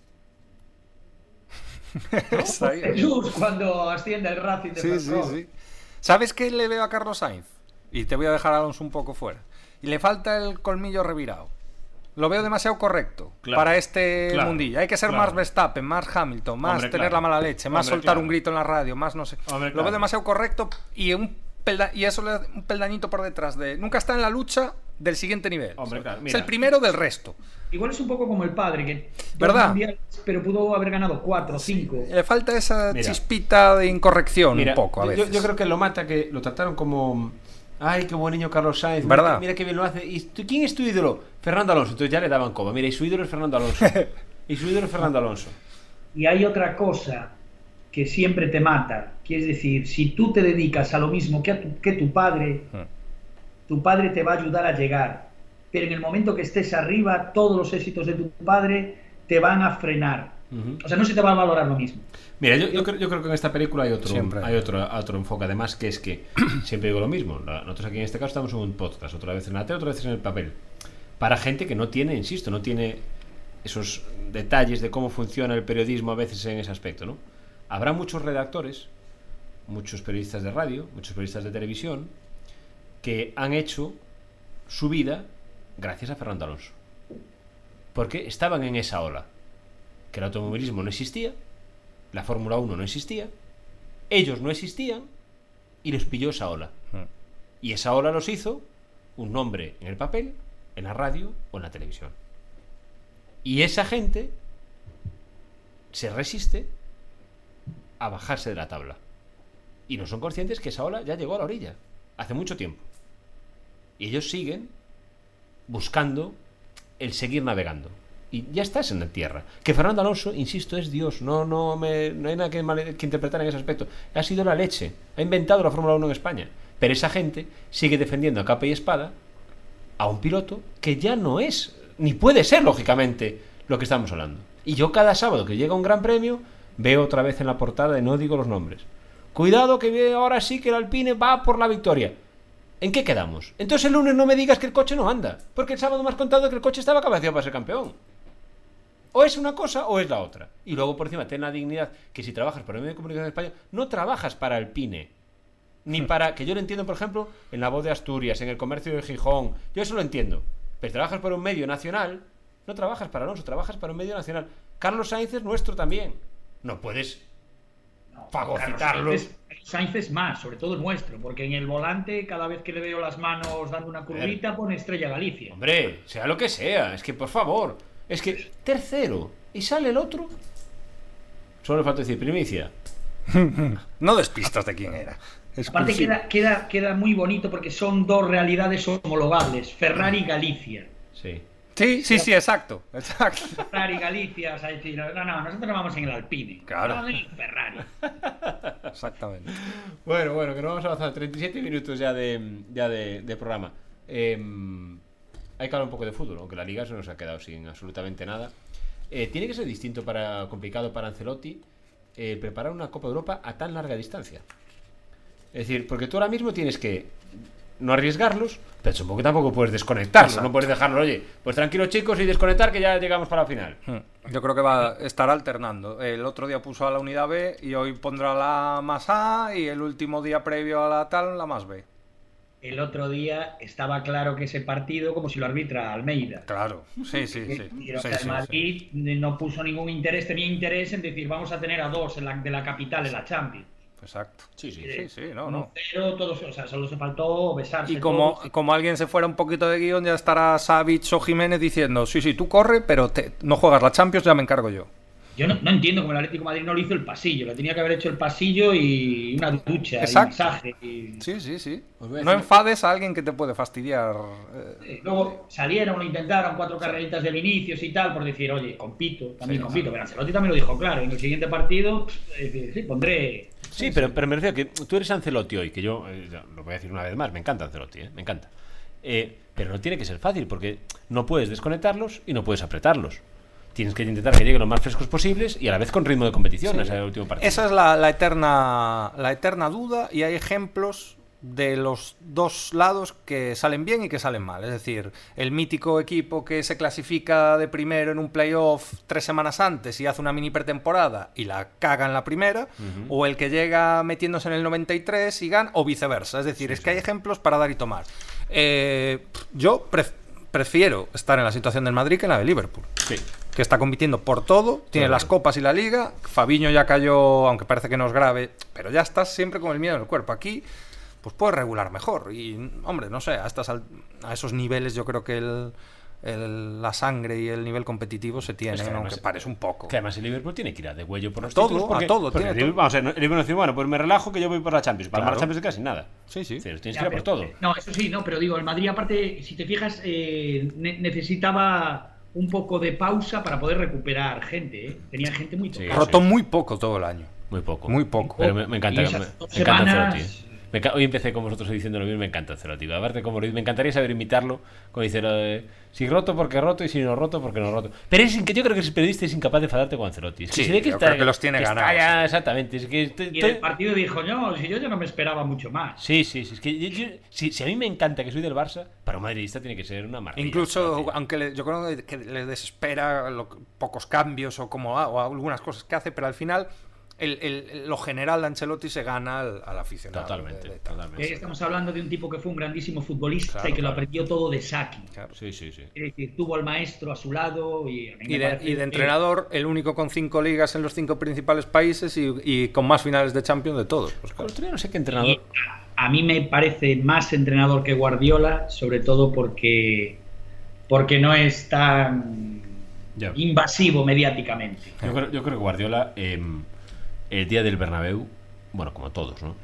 ¿No? Jesús, cuando asciende el Racing de sí. ¿Sabes qué le veo a Carlos Sainz? Y te voy a dejar a Alonso un poco fuera. Y le falta el colmillo revirado. Lo veo demasiado correcto para este mundillo. Hay que ser más Verstappen, más Hamilton, más tener la mala leche, más soltar un grito en la radio, más no sé. Lo veo demasiado correcto y eso le da un peldañito por detrás de... Nunca está en la lucha del siguiente nivel. Es el primero del resto. Igual es un poco como el padre, que ¿verdad? Mundial, pero pudo haber ganado 4 o 5. Le falta esa chispita de incorrección un poco a veces. Yo creo que lo mata, que lo trataron como... Ay, qué buen niño Carlos Sainz. ¿Verdad? Mira qué bien lo hace. ¿Quién es tu ídolo? Fernando Alonso. Entonces ya le daban coba. Mira, y su ídolo es Fernando Alonso. Y hay otra cosa que siempre te mata, que es decir, si tú te dedicas a lo mismo que tu padre, tu padre te va a ayudar a llegar, pero en el momento que estés arriba, todos los éxitos de tu padre te van a frenar. O sea, no se te va a valorar lo mismo. Mira, yo creo que en esta película hay otro enfoque, además, que es que siempre digo lo mismo. Nosotros aquí en este caso estamos en un podcast, otra vez en la tele, otra vez en el papel. Para gente que no tiene, insisto, no tiene esos detalles de cómo funciona el periodismo a veces en ese aspecto, ¿no? Habrá muchos redactores, muchos periodistas de radio, muchos periodistas de televisión, que han hecho su vida gracias a Fernando Alonso. Porque estaban en esa ola. Que el automovilismo no existía, la Fórmula 1 no existía, ellos no existían y les pilló esa ola. Y esa ola los hizo un nombre en el papel, en la radio o en la televisión. Y esa gente se resiste a bajarse de la tabla. Y no son conscientes que esa ola ya llegó a la orilla, hace mucho tiempo. Y ellos siguen buscando el seguir navegando. Y ya estás en la tierra. Que Fernando Alonso, insisto, es Dios. No hay nada que interpretar en ese aspecto. Ha sido la leche. Ha inventado la Fórmula 1 en España. Pero esa gente sigue defendiendo a capa y espada a un piloto que ya no es, ni puede ser, lógicamente, lo que estamos hablando. Y yo cada sábado que llega un gran premio, veo otra vez en la portada, y no digo los nombres. Cuidado que ahora sí que el Alpine va por la victoria. ¿En qué quedamos? Entonces el lunes no me digas que el coche no anda. Porque el sábado me has contado que el coche estaba cabeceado para ser campeón. O es una cosa o es la otra. Y luego por encima ten la dignidad que si trabajas para el medio de comunicación de España, no trabajas para Alpine. Ni para, que yo lo entiendo, por ejemplo, en La Voz de Asturias, en El Comercio de Gijón. Yo eso lo entiendo. Pero si trabajas para un medio nacional, no trabajas para Alonso, trabajas para un medio nacional. Carlos Sainz es nuestro también. No puedes fagocitarlo. Carlos Sainz es más, sobre todo nuestro, porque en el volante, cada vez que le veo las manos dando una curvita, pone Estrella Galicia. Hombre, sea lo que sea, es que por favor. Es que tercero y sale el otro. Solo le falta decir primicia. No despistas de quién era. Aparte queda muy bonito porque son dos realidades homologables. Ferrari y Galicia. Sí. Sí, exacto. Ferrari, Galicia, o sea, decir, no, nosotros no vamos en el Alpine. Claro. Vamos en el Ferrari. Exactamente. Bueno, que no vamos a avanzar. 37 minutos ya de programa. Hay que hablar un poco de fútbol, aunque la liga se nos ha quedado sin absolutamente nada. Tiene que ser complicado para Ancelotti preparar una Copa de Europa a tan larga distancia. Es decir, porque tú ahora mismo tienes que no arriesgarlos, pero supongo que tampoco puedes desconectarlos. Exacto. No puedes dejarlo, oye, pues tranquilos chicos y desconectar que ya llegamos para la final. Yo creo que va a estar alternando. El otro día puso a la unidad B y hoy pondrá la más A y el último día previo a la tal, la más B. El otro día estaba claro que ese partido como si lo arbitra Almeida. Claro, sí. El Madrid no puso ningún interés, tenía interés en decir vamos a tener a dos de la capital en la Champions. Exacto. Sí, no. Pero todos, o sea, solo se faltó besarse. Y como alguien se fuera un poquito de guión, ya estará Savic o Jiménez diciendo sí, tú corre, pero no juegas la Champions, ya me encargo yo. Yo no entiendo cómo el Atlético de Madrid no le hizo el pasillo. Le tenía que haber hecho el pasillo y una ducha. Exacto. Y masaje. Sí. No enfades a alguien que te puede fastidiar. Luego salieron, lo intentaron 4 carreritas de Vinicius y tal, por decir, oye, compito. Pero Ancelotti también lo dijo claro. En el siguiente partido, pondré... Sí, pero me refiero a que tú eres Ancelotti hoy, que yo lo voy a decir una vez más, me encanta Ancelotti, me encanta. Pero no tiene que ser fácil, porque no puedes desconectarlos y no puedes apretarlos. Tienes que intentar que lleguen lo más frescos posibles y a la vez con ritmo de competición. Ese es el último partido. Esa es la eterna duda, y hay ejemplos de los dos lados que salen bien y que salen mal. Es decir, el mítico equipo que se clasifica de primero en un playoff 3 semanas antes y hace una mini pretemporada y la caga en la primera, o el que llega metiéndose en el 93 y gana, o viceversa. Es decir, que hay ejemplos para dar y tomar. Yo prefiero estar en la situación del Madrid que en la de Liverpool. Sí. Que está compitiendo por todo, tiene las copas y la liga. Fabinho ya cayó, aunque parece que no es grave, pero ya estás siempre con el miedo en el cuerpo. Aquí pues puedes regular mejor. Y, hombre, no sé, a esos niveles yo creo que la sangre y el nivel competitivo se tienen, es que aunque parece un poco. Que además el Liverpool tiene que ir a de huello por los títulos. Porque vamos a ver, el Liverpool dice, bueno, pues me relajo que yo voy por la Champions. Para la Champions de casi nada. Sí. Tienes que ir a por todo. No, eso sí, pero digo, el Madrid aparte, si te fijas, necesitaba un poco de pausa para poder recuperar gente, Tenía gente muy poca. Rotó muy poco todo el año. Muy poco. Muy poco. Pero me encanta. Me encanta Ancelotti. Hoy empecé con vosotros diciendo lo mismo, me encanta Ancelotti. Aparte, como me encantaría saber imitarlo, como dice, si roto porque roto y si no roto porque no roto. Pero yo creo que el periodista es incapaz de enfadarte con Ancelotti. Es que Sí, se ve que yo está, creo que los tiene ganados. Ya, exactamente. Es que Y en el partido dijo, no, si yo ya no me esperaba mucho más. Sí. Es que si a mí me encanta que soy del Barça, para un madridista tiene que ser una maravilla. Incluso, aunque yo creo que le desespera pocos cambios o algunas cosas que hace, pero al final lo general de Ancelotti se gana al aficionado. Totalmente. Estamos hablando de un tipo que fue un grandísimo futbolista, claro, y que lo aprendió todo de Saki. Claro. Sí. Es decir, tuvo al maestro a su lado y de entrenador, el único con 5 ligas en los 5 principales países y con más finales de Champions de todos. Pues claro. No sé qué entrenador. A mí me parece más entrenador que Guardiola, sobre todo porque no es tan invasivo mediáticamente. Yo creo que Guardiola, el día del Bernabéu, bueno, como todos, ¿no?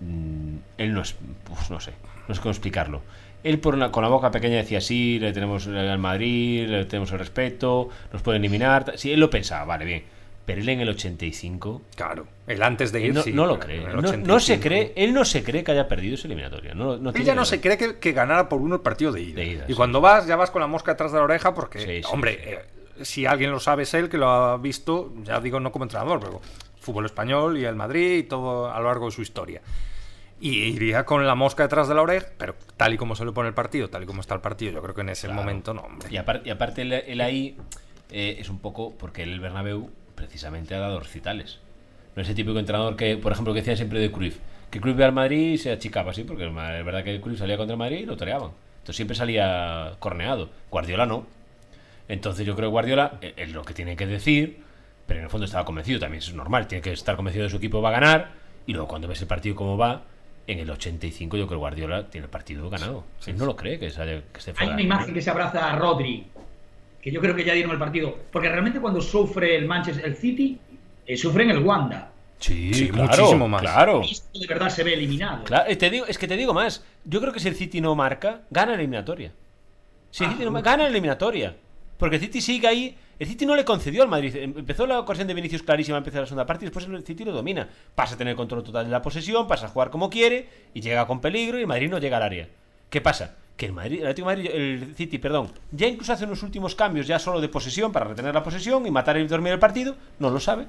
Él no es, pues no sé cómo explicarlo. Él con la boca pequeña decía, sí, le tenemos al Madrid, le tenemos el respeto, nos puede eliminar. Sí, él lo pensaba, vale, bien. Pero él en el 85... Claro, el antes de ir, no lo cree. No se cree. Él no se cree que haya perdido esa eliminatoria. Él ya no se cree que ganara por uno el partido de ida. Y sí. Cuando ya vas con la mosca detrás de la oreja porque, si alguien lo sabe es él, que lo ha visto, ya digo, no como entrenador, pero fútbol español y el Madrid y todo a lo largo de su historia. Y iría con la mosca detrás de la oreja, pero tal y como se le pone el partido, tal y como está el partido, yo creo que en ese momento no, hombre. Y aparte él ahí es un poco porque el Bernabéu precisamente ha dado recitales. No es ese típico entrenador que, por ejemplo, que decía siempre de Cruyff, que Cruyff ve al Madrid y se achicaba así, porque es verdad que Cruyff salía contra el Madrid y lo toreaban. Entonces siempre salía corneado. Guardiola no. Entonces yo creo que Guardiola es lo que tiene que decir, pero en el fondo estaba convencido, también es normal, tiene que estar convencido de su equipo va a ganar, y luego cuando ves el partido cómo va, en el 85 yo creo que Guardiola tiene el partido ganado. Él no lo cree que esté fuera. Hay una imagen que se abraza a Rodri, que yo creo que ya dieron el partido, porque realmente cuando sufre el City, sufre en el Wanda. Sí, claro, muchísimo más. Claro. Y esto de verdad se ve eliminado. Claro, te digo más. Yo creo que si el City no marca, gana la eliminatoria. Si el City no marca, gana la eliminatoria. Porque el City sigue ahí. El City no le concedió al Madrid. Empezó la ocasión de Vinicius clarísima, empezó la segunda parte y después el City lo domina. Pasa a tener control total de la posesión, pasa a jugar como quiere y llega con peligro y el Madrid no llega al área. ¿Qué pasa? Que el City, ya incluso hace unos últimos cambios ya solo de posesión para retener la posesión y matar y dormir el partido, no lo sabe.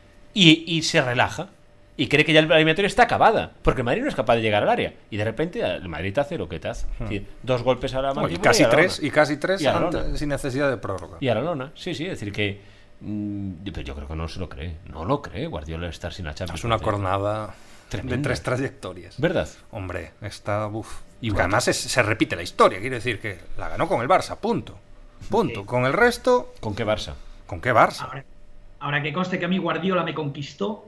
Y se relaja y cree que ya la eliminatoria está acabada, porque el Madrid no es capaz de llegar al área y de repente el Madrid te hace lo que te hace. Es decir, 2 golpes a la mandíbula y casi tres sin necesidad de prórroga. Y a la lona, sí, es decir que pero yo creo que no se lo cree. No lo cree Guardiola estar sin la Champions. Es una cornada tremenda. De 3 trayectorias. ¿Verdad? Hombre, está... Y además se repite la historia, quiere decir que la ganó con el Barça, punto. Sí. Con el resto... ¿Con qué Barça? ¿Con qué Barça? Ahora que conste que a mí Guardiola me conquistó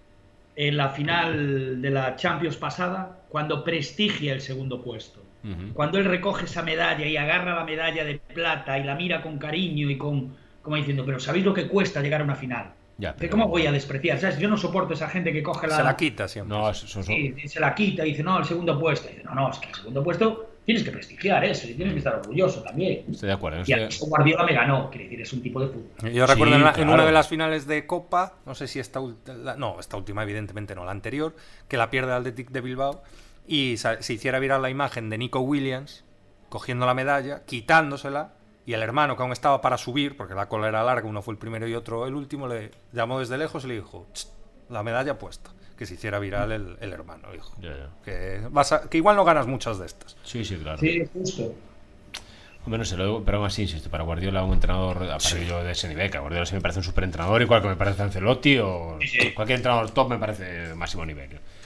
en la final de la Champions pasada, cuando prestigia el segundo puesto. Cuando él recoge esa medalla y agarra la medalla de plata y la mira con cariño y como diciendo, pero ¿sabéis lo que cuesta llegar a una final? Ya, pero... ¿Cómo voy a despreciar? ¿Sabes? Yo no soporto esa gente que coge se la quita siempre. No, sí, se la quita y dice, no, el segundo puesto. Y dice, no, es que el segundo puesto tienes que prestigiar eso y tienes que estar orgulloso también. Estoy de acuerdo. Y a eso Guardiola me ganó, quiere decir, es un tipo de fútbol. Yo recuerdo en una de las finales de Copa, no sé si esta última evidentemente no, la anterior, que la pierde el Athletic de Bilbao y se hiciera viral la imagen de Nico Williams cogiendo la medalla, quitándosela, y el hermano, que aún estaba para subir, porque la cola era larga, uno fue el primero y otro el último, le llamó desde lejos y le dijo, la medalla puesta. Que se hiciera viral el hermano, dijo. Que igual no ganas muchas de estas. Sí, claro. Sí, justo. Hombre, no sé, pero aún así, insisto, para Guardiola, un entrenador yo de ese nivel, que a Guardiola sí me parece un superentrenador, igual que me parece Ancelotti o cualquier entrenador top me parece máximo nivel.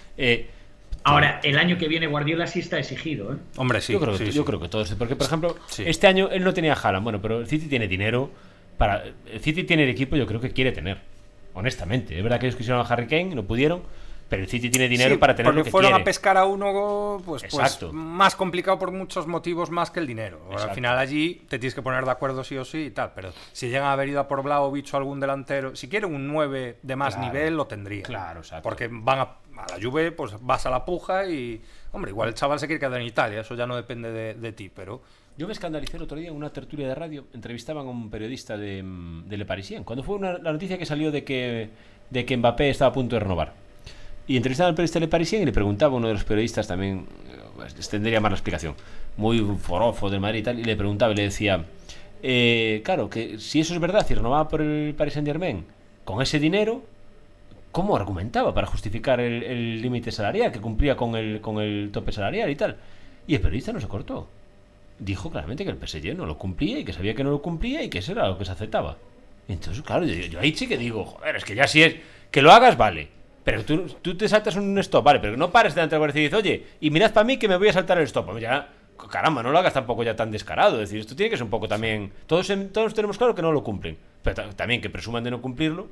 Ahora, el año que viene Guardiola sí está exigido, ¿eh? Hombre, sí. Yo creo que todos. Porque, por ejemplo, este año él no tenía Haaland. Bueno, pero el City tiene dinero. El City tiene el equipo, yo creo que quiere tener. Honestamente. Es verdad que ellos quisieron a Harry Kane, no pudieron. Pero el City tiene dinero para tener lo que fueron quiere. A pescar a uno pues más complicado por muchos motivos más que el dinero. Al final allí te tienes que poner de acuerdo sí o sí y tal. Pero si llegan a haber ido a por Vlahovic o algún delantero, si quieren un 9 de más nivel, lo tendría. Claro, exacto. Porque van a la Juve, pues vas a la puja y... Hombre, igual el chaval se quiere quedar en Italia, eso ya no depende de ti, pero... Yo me escandalicé el otro día en una tertulia de radio, entrevistaban a un periodista de Le Parisien, cuando fue la noticia que salió de que Mbappé estaba a punto de renovar. Y entrevistaba al periodista Le Parisien y le preguntaba a uno de los periodistas también, extendería más la explicación, muy forofo del Madrid y tal, y le preguntaba y le decía, claro, que si eso es verdad, si renovaba por el Paris Saint-Germain, con ese dinero, ¿cómo argumentaba para justificar el límite salarial, que cumplía con el tope salarial y tal? Y el periodista no se cortó. Dijo claramente que el PSG no lo cumplía y que sabía que no lo cumplía y que eso era lo que se aceptaba. Y entonces, claro, yo ahí sí que digo, joder, es que ya si es que lo hagas, vale. Pero tú te saltas un stop, vale, pero no pares delante de la guardia y dices, oye, y mirad para mí que me voy a saltar el stop. Pues ya, caramba, no lo hagas tampoco ya tan descarado. Es decir, esto tiene que ser un poco también. Todos tenemos claro que no lo cumplen, pero también que presuman de no cumplirlo.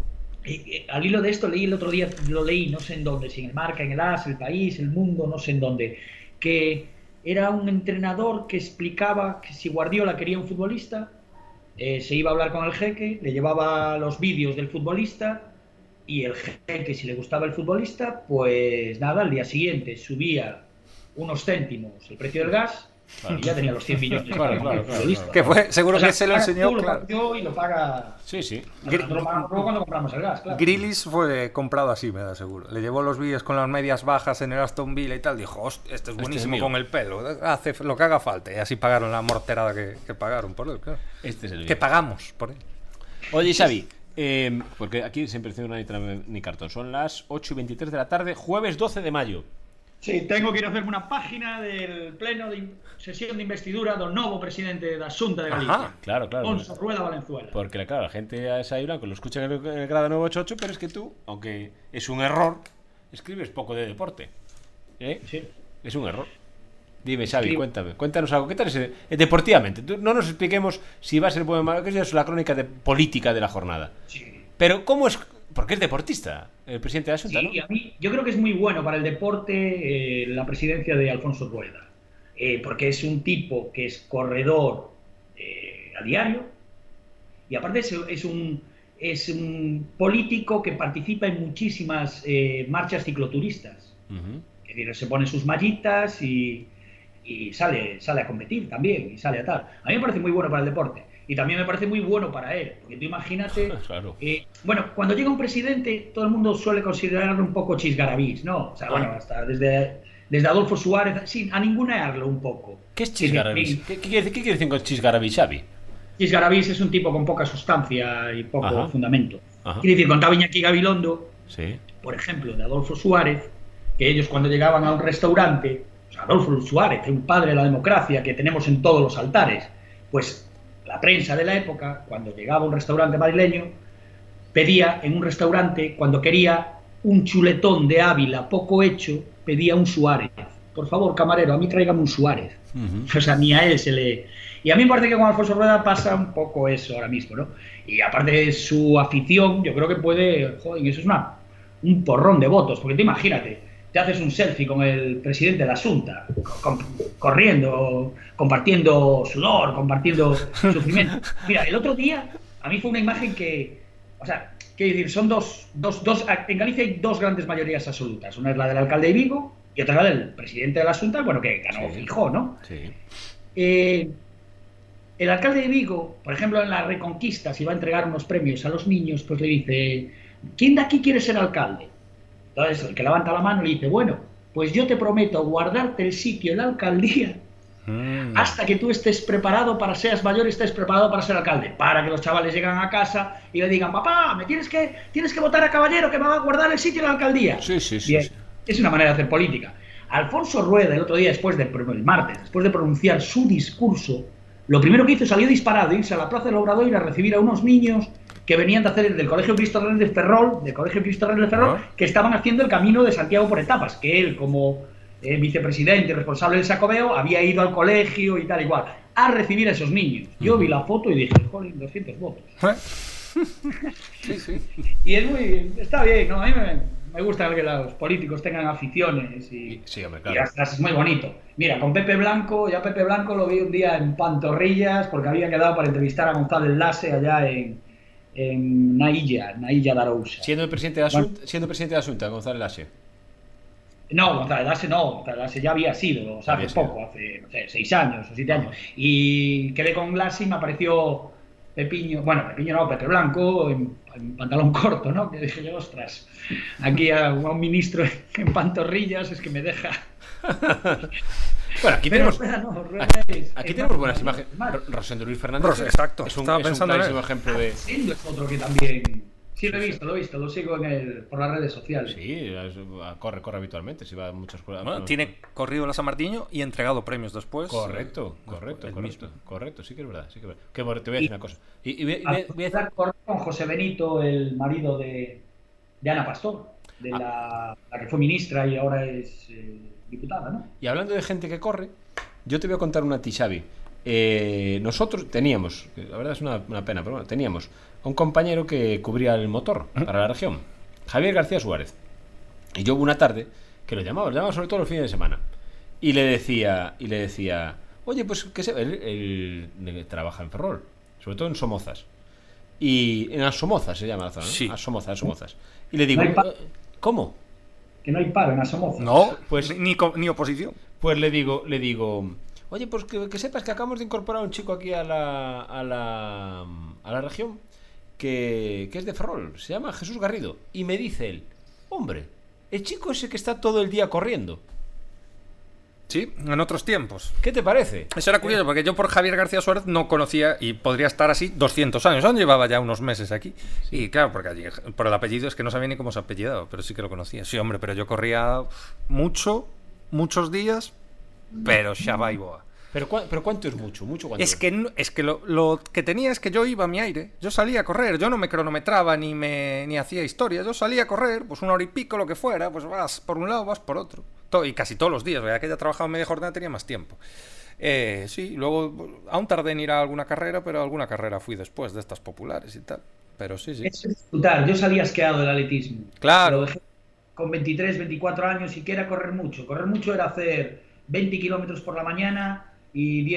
Al hilo de esto leí el otro día, lo leí, no sé en dónde, si en el Marca, en el AS, el País, el Mundo, no sé en dónde, que era un entrenador que explicaba que si Guardiola quería un futbolista, se iba a hablar con el jeque, le llevaba los vídeos del futbolista. Y el jeque, si le gustaba el futbolista, pues nada, al día siguiente subía unos céntimos el precio del gas, claro, y ya tenía los 100 millones. Claro. Que fue, seguro que se lo enseñó. Tú, claro. lo y lo paga. Sí. Nosotros lo pagamos luego cuando compramos el gas, claro. Grealish fue comprado así, me da seguro. Le llevó los vídeos con las medias bajas en el Aston Villa y tal. Dijo, hostia, este es buenísimo con el pelo. Hace lo que haga falta. Y así pagaron la morterada que pagaron por él, claro. Este es el que pagamos por él. Oye, Xavi. Porque aquí siempre no hay ni cartón. Son las 8:23 de la tarde, jueves 12 de mayo. Sí, tengo que ir a hacerme una página del pleno de sesión de investidura del nuevo presidente da Xunta de Galicia. Ajá, claro. Alfonso Rueda Valenzuela. Porque, claro, la gente a esa blanco lo escucha en el grado 988, pero es que tú, aunque es un error, escribes poco de deporte. Sí. Es un error. Dime, Xavi, cuéntanos algo. ¿Qué tal es deportivamente? No nos expliquemos si va a ser bueno o malo, que es la crónica política de la jornada. Sí. Pero, ¿cómo es? Porque es deportista, el presidente de la Xunta, sí, ¿no? Y a mí, yo creo que es muy bueno para el deporte la presidencia de Alfonso Rueda. Porque es un tipo que es corredor a diario y aparte es un político que participa en muchísimas marchas cicloturistas. Es decir, se pone sus mallitas y sale a competir también y sale a tal. A mí me parece muy bueno para el deporte y también me parece muy bueno para él, porque tú imagínate, claro. Bueno, cuando llega un presidente todo el mundo suele considerarlo un poco chisgarabís, ¿no? O sea, bueno, hasta desde Adolfo Suárez, sí, a ningunearlo un poco. ¿Qué es chisgarabís? ¿Qué quiere decir con chisgarabís, Xavi? Chisgarabís es un tipo con poca sustancia y poco fundamento. Ajá. Quiere decir, contaba Iñaki Gabilondo, sí, por ejemplo, de Adolfo Suárez, que ellos cuando llegaban a un restaurante, Adolfo Suárez, un padre de la democracia que tenemos en todos los altares, pues la prensa de la época, cuando llegaba a un restaurante madrileño, pedía en un restaurante, cuando quería un chuletón de Ávila poco hecho, pedía un Suárez. Por favor, camarero, a mí tráigame un Suárez. O sea, ni a él se le... Y a mí me parece que con Alfonso Rueda pasa un poco eso ahora mismo, ¿no? Y aparte de su afición, yo creo que puede... Joder, eso es un porrón de votos, porque tú imagínate, te haces un selfie con el presidente de la Xunta, corriendo, compartiendo sudor, compartiendo sufrimiento. Mira, el otro día, a mí fue una imagen que... O sea, quiero decir, son dos... En Galicia hay dos grandes mayorías absolutas. Una es la del alcalde de Vigo y otra la del presidente de la Xunta, bueno, que ganó Feijóo, ¿no? Sí. El alcalde de Vigo, por ejemplo, en la Reconquista, si va a entregar unos premios a los niños, pues le dice, ¿quién de aquí quiere ser alcalde? Entonces, el que levanta la mano le dice, bueno, pues yo te prometo guardarte el sitio en la alcaldía hasta que tú estés preparado para, seas mayor y estés preparado para ser alcalde. Para que los chavales lleguen a casa y le digan, papá, me tienes que votar a Caballero que me va a guardar el sitio en la alcaldía. Sí. Bien, es una manera de hacer política. Alfonso Rueda, el otro día, el martes, después de pronunciar su discurso, lo primero que hizo, salió disparado, irse a la Plaza del Obrador y a recibir a unos niños que venían de hacer del Colegio Cristo Rey de Ferrol, que estaban haciendo el camino de Santiago por etapas, que él, como vicepresidente y responsable del Xacobeo, había ido al colegio y tal igual, a recibir a esos niños. Yo vi la foto y dije, joder, 200 votos. Sí. Y está bien, ¿no? A mí me gusta que los políticos tengan aficiones y, sí, hombre, claro. Y es muy bonito. Mira, con Pepe Blanco lo vi un día en Pantorrillas porque había quedado para entrevistar a González Lasse allá en Nailla de Arousa. Siendo presidente de la Xunta, González Lasse. No, González Lasse ya había sido, o sea, hace 6 años o 7 años. Y quedé con Lasse y me pareció Pepiño no, Pepe Blanco, en pantalón corto, ¿no? Que dije yo, ostras, aquí a un ministro en pantorrillas es que me deja. Bueno, aquí Pero, tenemos, espera, no, aquí tenemos buenas imágenes. Rosendo Luis Fernández Exacto, es un estaba pensando en clarísimo él. ejemplo de... Rosendo es otro que también. Sí, lo he visto, lo sigo por las redes sociales. Sí, corre habitualmente, si va a muchas cosas. Bueno, tiene corrido la San Martiño y entregado premios después. Correcto, sí que es verdad. Que bueno, te voy a decir una cosa. Y voy a decir... Con José Benito, el marido de Ana Pastor, de la que fue ministra y ahora es diputada, ¿no? Y hablando de gente que corre, yo te voy a contar una Xavi. Nosotros teníamos, la verdad es una pena, pero bueno, teníamos a un compañero que cubría el motor para la región, Javier García Suárez. Y yo hubo una tarde que lo llamaba sobre todo los fines de semana. Y le decía, oye, pues que él trabaja en Ferrol, sobre todo en Somozas. Y en Asomozas se llama la zona, ¿no? Sí. Asomozas. Y le digo, ¿cómo? Que no hay paro en Asomozas. No, pues ni oposición. Pues le digo, oye, pues que sepas que acabamos de incorporar a un chico aquí a la región que es de Ferrol, se llama Jesús Garrido. Y me dice él, hombre, el chico ese que está todo el día corriendo. Sí, en otros tiempos. ¿Qué te parece? Eso era curioso, porque yo por Javier García Suárez no conocía, y podría estar así 200 años. Aún llevaba ya unos meses aquí. Sí. Y claro, porque allí, por el apellido es que no sabía ni cómo se apellidaba, pero sí que lo conocía. Sí, hombre, pero yo corría muchos días, pero Xaba y Boa. ¿Pero cuánto es mucho? ¿Cuánto es que lo que tenía es que yo iba a mi aire. Yo salía a correr, yo no me cronometraba ni hacía historia. Yo salía a correr, pues 1 hora y pico, lo que fuera, pues vas por un lado, vas por otro. Y casi todos los días, ya que ya trabajaba media jornada tenía más tiempo. Sí, luego aún tardé en ir a alguna carrera, pero a alguna carrera fui después de estas populares y tal. Pero sí. Es disfrutar. Yo salía asqueado del atletismo. Claro. Con 23, 24 años y que era correr mucho. Correr mucho era hacer 20 kilómetros por la mañana y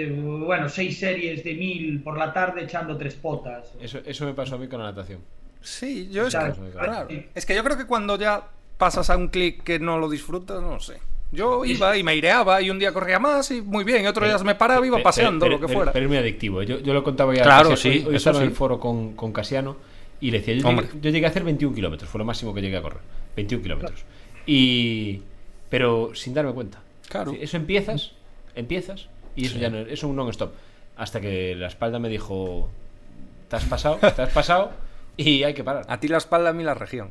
6 series de 1000 por la tarde echando 3 potas. Eso me pasó a mí con la natación. Sí, es que yo creo que cuando ya pasas a un clic que no lo disfrutas, no sé. Yo iba y me aireaba y un día corría más y muy bien, y otro día me paraba y iba paseando, lo que fuera. Pero es muy adictivo. Yo lo contaba ya. Claro, sí. Hoy estaba en el foro con Casiano y le decía, yo llegué a hacer 21 kilómetros, fue lo máximo que llegué a correr. 21 kilómetros. Claro. Pero sin darme cuenta. Claro. Eso empiezas y eso ya no es un non-stop. Hasta que la espalda me dijo, te has pasado y hay que parar. A ti la espalda, a mí la región.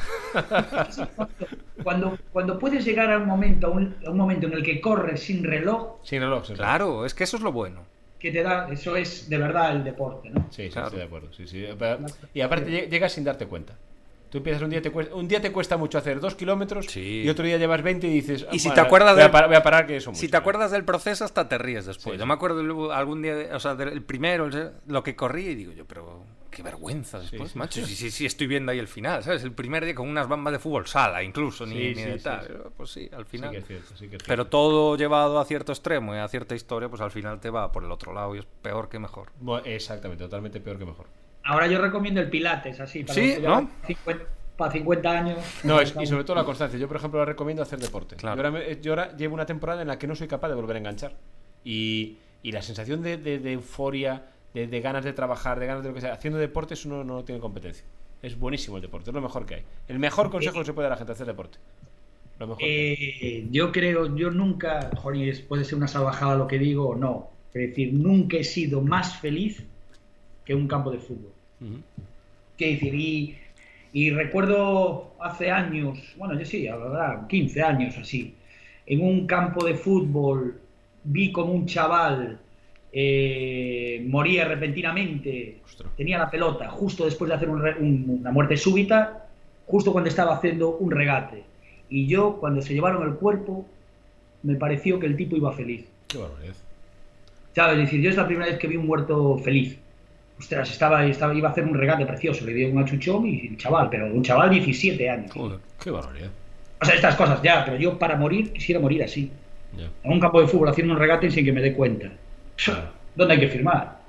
Cuando puedes llegar a un momento en el que corres sin reloj. Sin reloj, claro, es que eso es lo bueno. Que te da, eso es de verdad el deporte, ¿no? Sí, claro. Estoy de acuerdo. Sí. Y aparte llegas sin darte cuenta. Tú empiezas un día te cuesta mucho hacer 2 kilómetros y otro día llevas 20 y dices, y si te acuerdas voy a parar que eso mucho. Si te acuerdas del proceso hasta te ríes después. Sí. Yo me acuerdo algún día, o sea, del primero, lo que corrí y digo yo, pero qué vergüenza después, macho. Sí, estoy viendo ahí el final, ¿sabes? El primer día con unas bambas de fútbol sala, incluso, ni de tal. Sí. Pues sí, al final. Sí que es cierto. Pero todo llevado a cierto extremo y a cierta historia, pues al final te va por el otro lado y es peor que mejor. Bueno, exactamente, totalmente peor que mejor. Ahora yo recomiendo el Pilates, así, para sí, ¿no? Para 50 años. No, y sobre todo la constancia. Yo, por ejemplo, recomiendo hacer deporte. Claro. Yo ahora llevo una temporada en la que no soy capaz de volver a enganchar. Y la sensación de euforia, de ganas de trabajar, de ganas de lo que sea, haciendo deporte, eso no tiene competencia. Es buenísimo el deporte, es lo mejor que hay. El mejor consejo que se puede dar a la gente, hacer deporte. Lo mejor yo nunca, joder, puede ser una salvajada lo que digo o no. Es decir, nunca he sido más feliz que un campo de fútbol. Quiero decir, y recuerdo hace años, bueno, yo sí, la verdad, 15 años así, en un campo de fútbol vi como un chaval moría repentinamente. Ostras. Tenía la pelota justo después de hacer una muerte súbita, justo cuando estaba haciendo un regate. Y yo, cuando se llevaron el cuerpo, me pareció que el tipo iba feliz. Qué barbaridad. ¿Sabes? Es decir, yo es la primera vez que vi un muerto feliz. Ostras, iba a hacer un regate precioso, le dio un achuchón y el chaval, pero un chaval 17 años. Joder, qué barbaridad. O sea, estas cosas ya, pero yo para morir quisiera morir así. Ya. En un campo de fútbol haciendo un regate sin que me dé cuenta. ¿Dónde hay que firmar?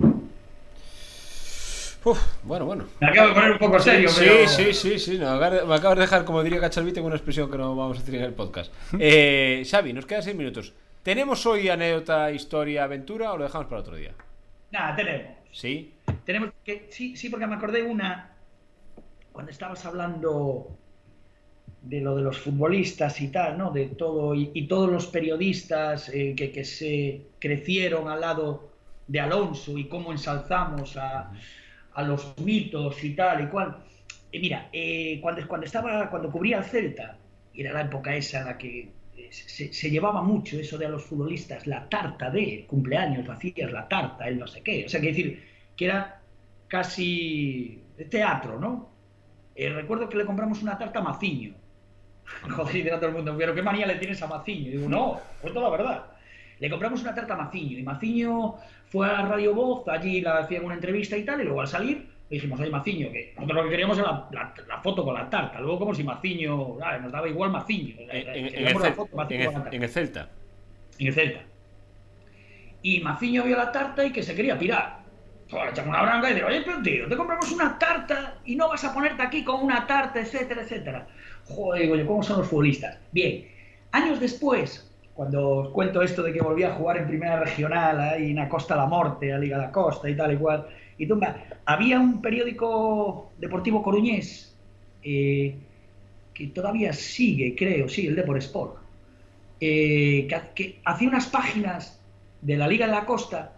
Bueno. Me acabo de poner un poco serio, pero... Sí. No, me acabas de dejar, como diría Cachalvite, con una expresión que no vamos a decir en el podcast. Xavi, nos quedan 6 minutos. ¿Tenemos hoy anécdota, historia, aventura o lo dejamos para otro día? Nada, tenemos. ¿Sí? Tenemos que, sí, sí, porque me acordé una, cuando estabas hablando de lo de los futbolistas y tal, ¿no? De todo, y todos los periodistas que se crecieron al lado de Alonso y cómo ensalzamos a los mitos y tal y cual. Mira, cuando cubría el Celta, y era la época esa en la que se llevaba mucho eso de a los futbolistas, la tarta de cumpleaños, hacías la tarta, el no sé qué. O sea, que decir, que era casi teatro, ¿no? Recuerdo que le compramos una tarta a Maciño. Joder, y dirá todo el mundo, pero qué manía le tienes a Maciño. Y digo, no, cuento la verdad. Le compramos una tarta a Maciño y Maciño fue a Radio Voz, allí le hacían una entrevista y tal, y luego al salir le dijimos, oye Maciño, que nosotros lo que queríamos era la foto con la tarta, luego como si Maciño, nos daba igual Maciño. En el Celta. En el Celta. Y Maciño vio la tarta y que se quería pirar. Pues le echamos una bronca y dice, oye, pero tío, te compramos una tarta y no vas a ponerte aquí con una tarta, etcétera, etcétera. Joder, digo yo, ¿cómo son los futbolistas? Bien, años después, cuando os cuento esto de que volví a jugar en Primera Regional, ahí en la Costa la Morte, a Liga da Costa y tal y cual, y tumba, había un periódico deportivo coruñés que todavía sigue, creo, sí, el Depor Sport, que hacía unas páginas de la Liga de la Costa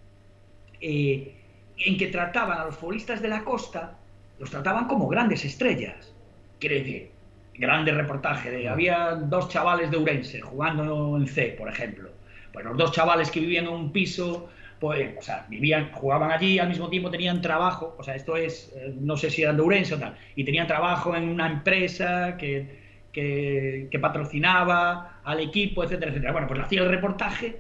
en que trataban a los futbolistas de la costa, los trataban como grandes estrellas. Quiere decir, grande reportaje de había dos chavales de Ourense jugando en C, por ejemplo. Pues los dos chavales que vivían en un piso, pues, o sea, jugaban allí, al mismo tiempo tenían trabajo, o sea, esto es, no sé si eran de Ourense o tal, y tenían trabajo en una empresa que patrocinaba al equipo, etcétera, etcétera. Bueno, pues hacía el reportaje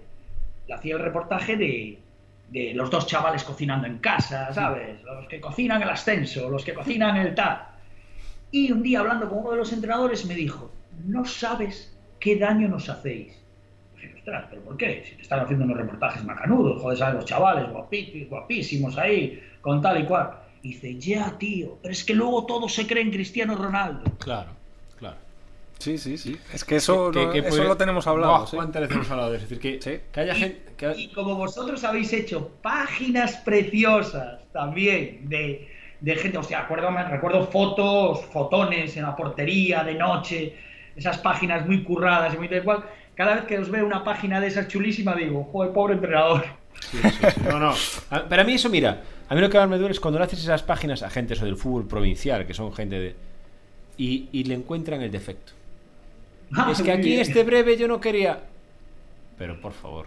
de los dos chavales cocinando en casa, ¿sabes? Los que cocinan el ascenso, los que cocinan el tal. Y un día, hablando con uno de los entrenadores, me dijo, no sabes qué daño nos hacéis. Y dije, ostras, ¿pero por qué? Si te están haciendo unos reportajes macanudos, joder, ¿sabes? Los chavales guapísimos ahí, con tal y cual. Y dice, ya, tío, pero es que luego todos se creen Cristiano Ronaldo. Claro, claro. Sí, sí, sí. Es que eso lo tenemos hablado. ¿Sí? ¿Cuántas veces hemos hablado de eso? Es decir, que haya gente... Y como vosotros habéis hecho páginas preciosas también de gente, o sea, recuerdo fotones en la portería de noche, esas páginas muy curradas y muy tal cual. Cada vez que os veo una página de esas chulísima digo, joder, pobre entrenador. Sí. No. Pero a mí eso, mira, a mí lo que más me duele es cuando le haces esas páginas a gente eso del fútbol provincial, que son gente de... Y le encuentran el defecto. Es que aquí en este breve yo no quería... Pero por favor.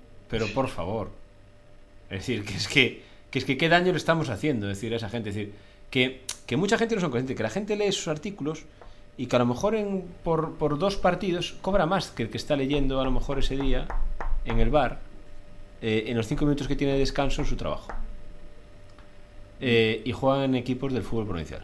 Es decir, que es que qué daño le estamos haciendo, decir, a esa gente. Es decir, que mucha gente no son conscientes, que la gente lee sus artículos y que a lo mejor por 2 partidos cobra más que el que está leyendo a lo mejor ese día en el bar, en los 5 minutos que tiene de descanso en su trabajo. Y juegan en equipos del fútbol provincial.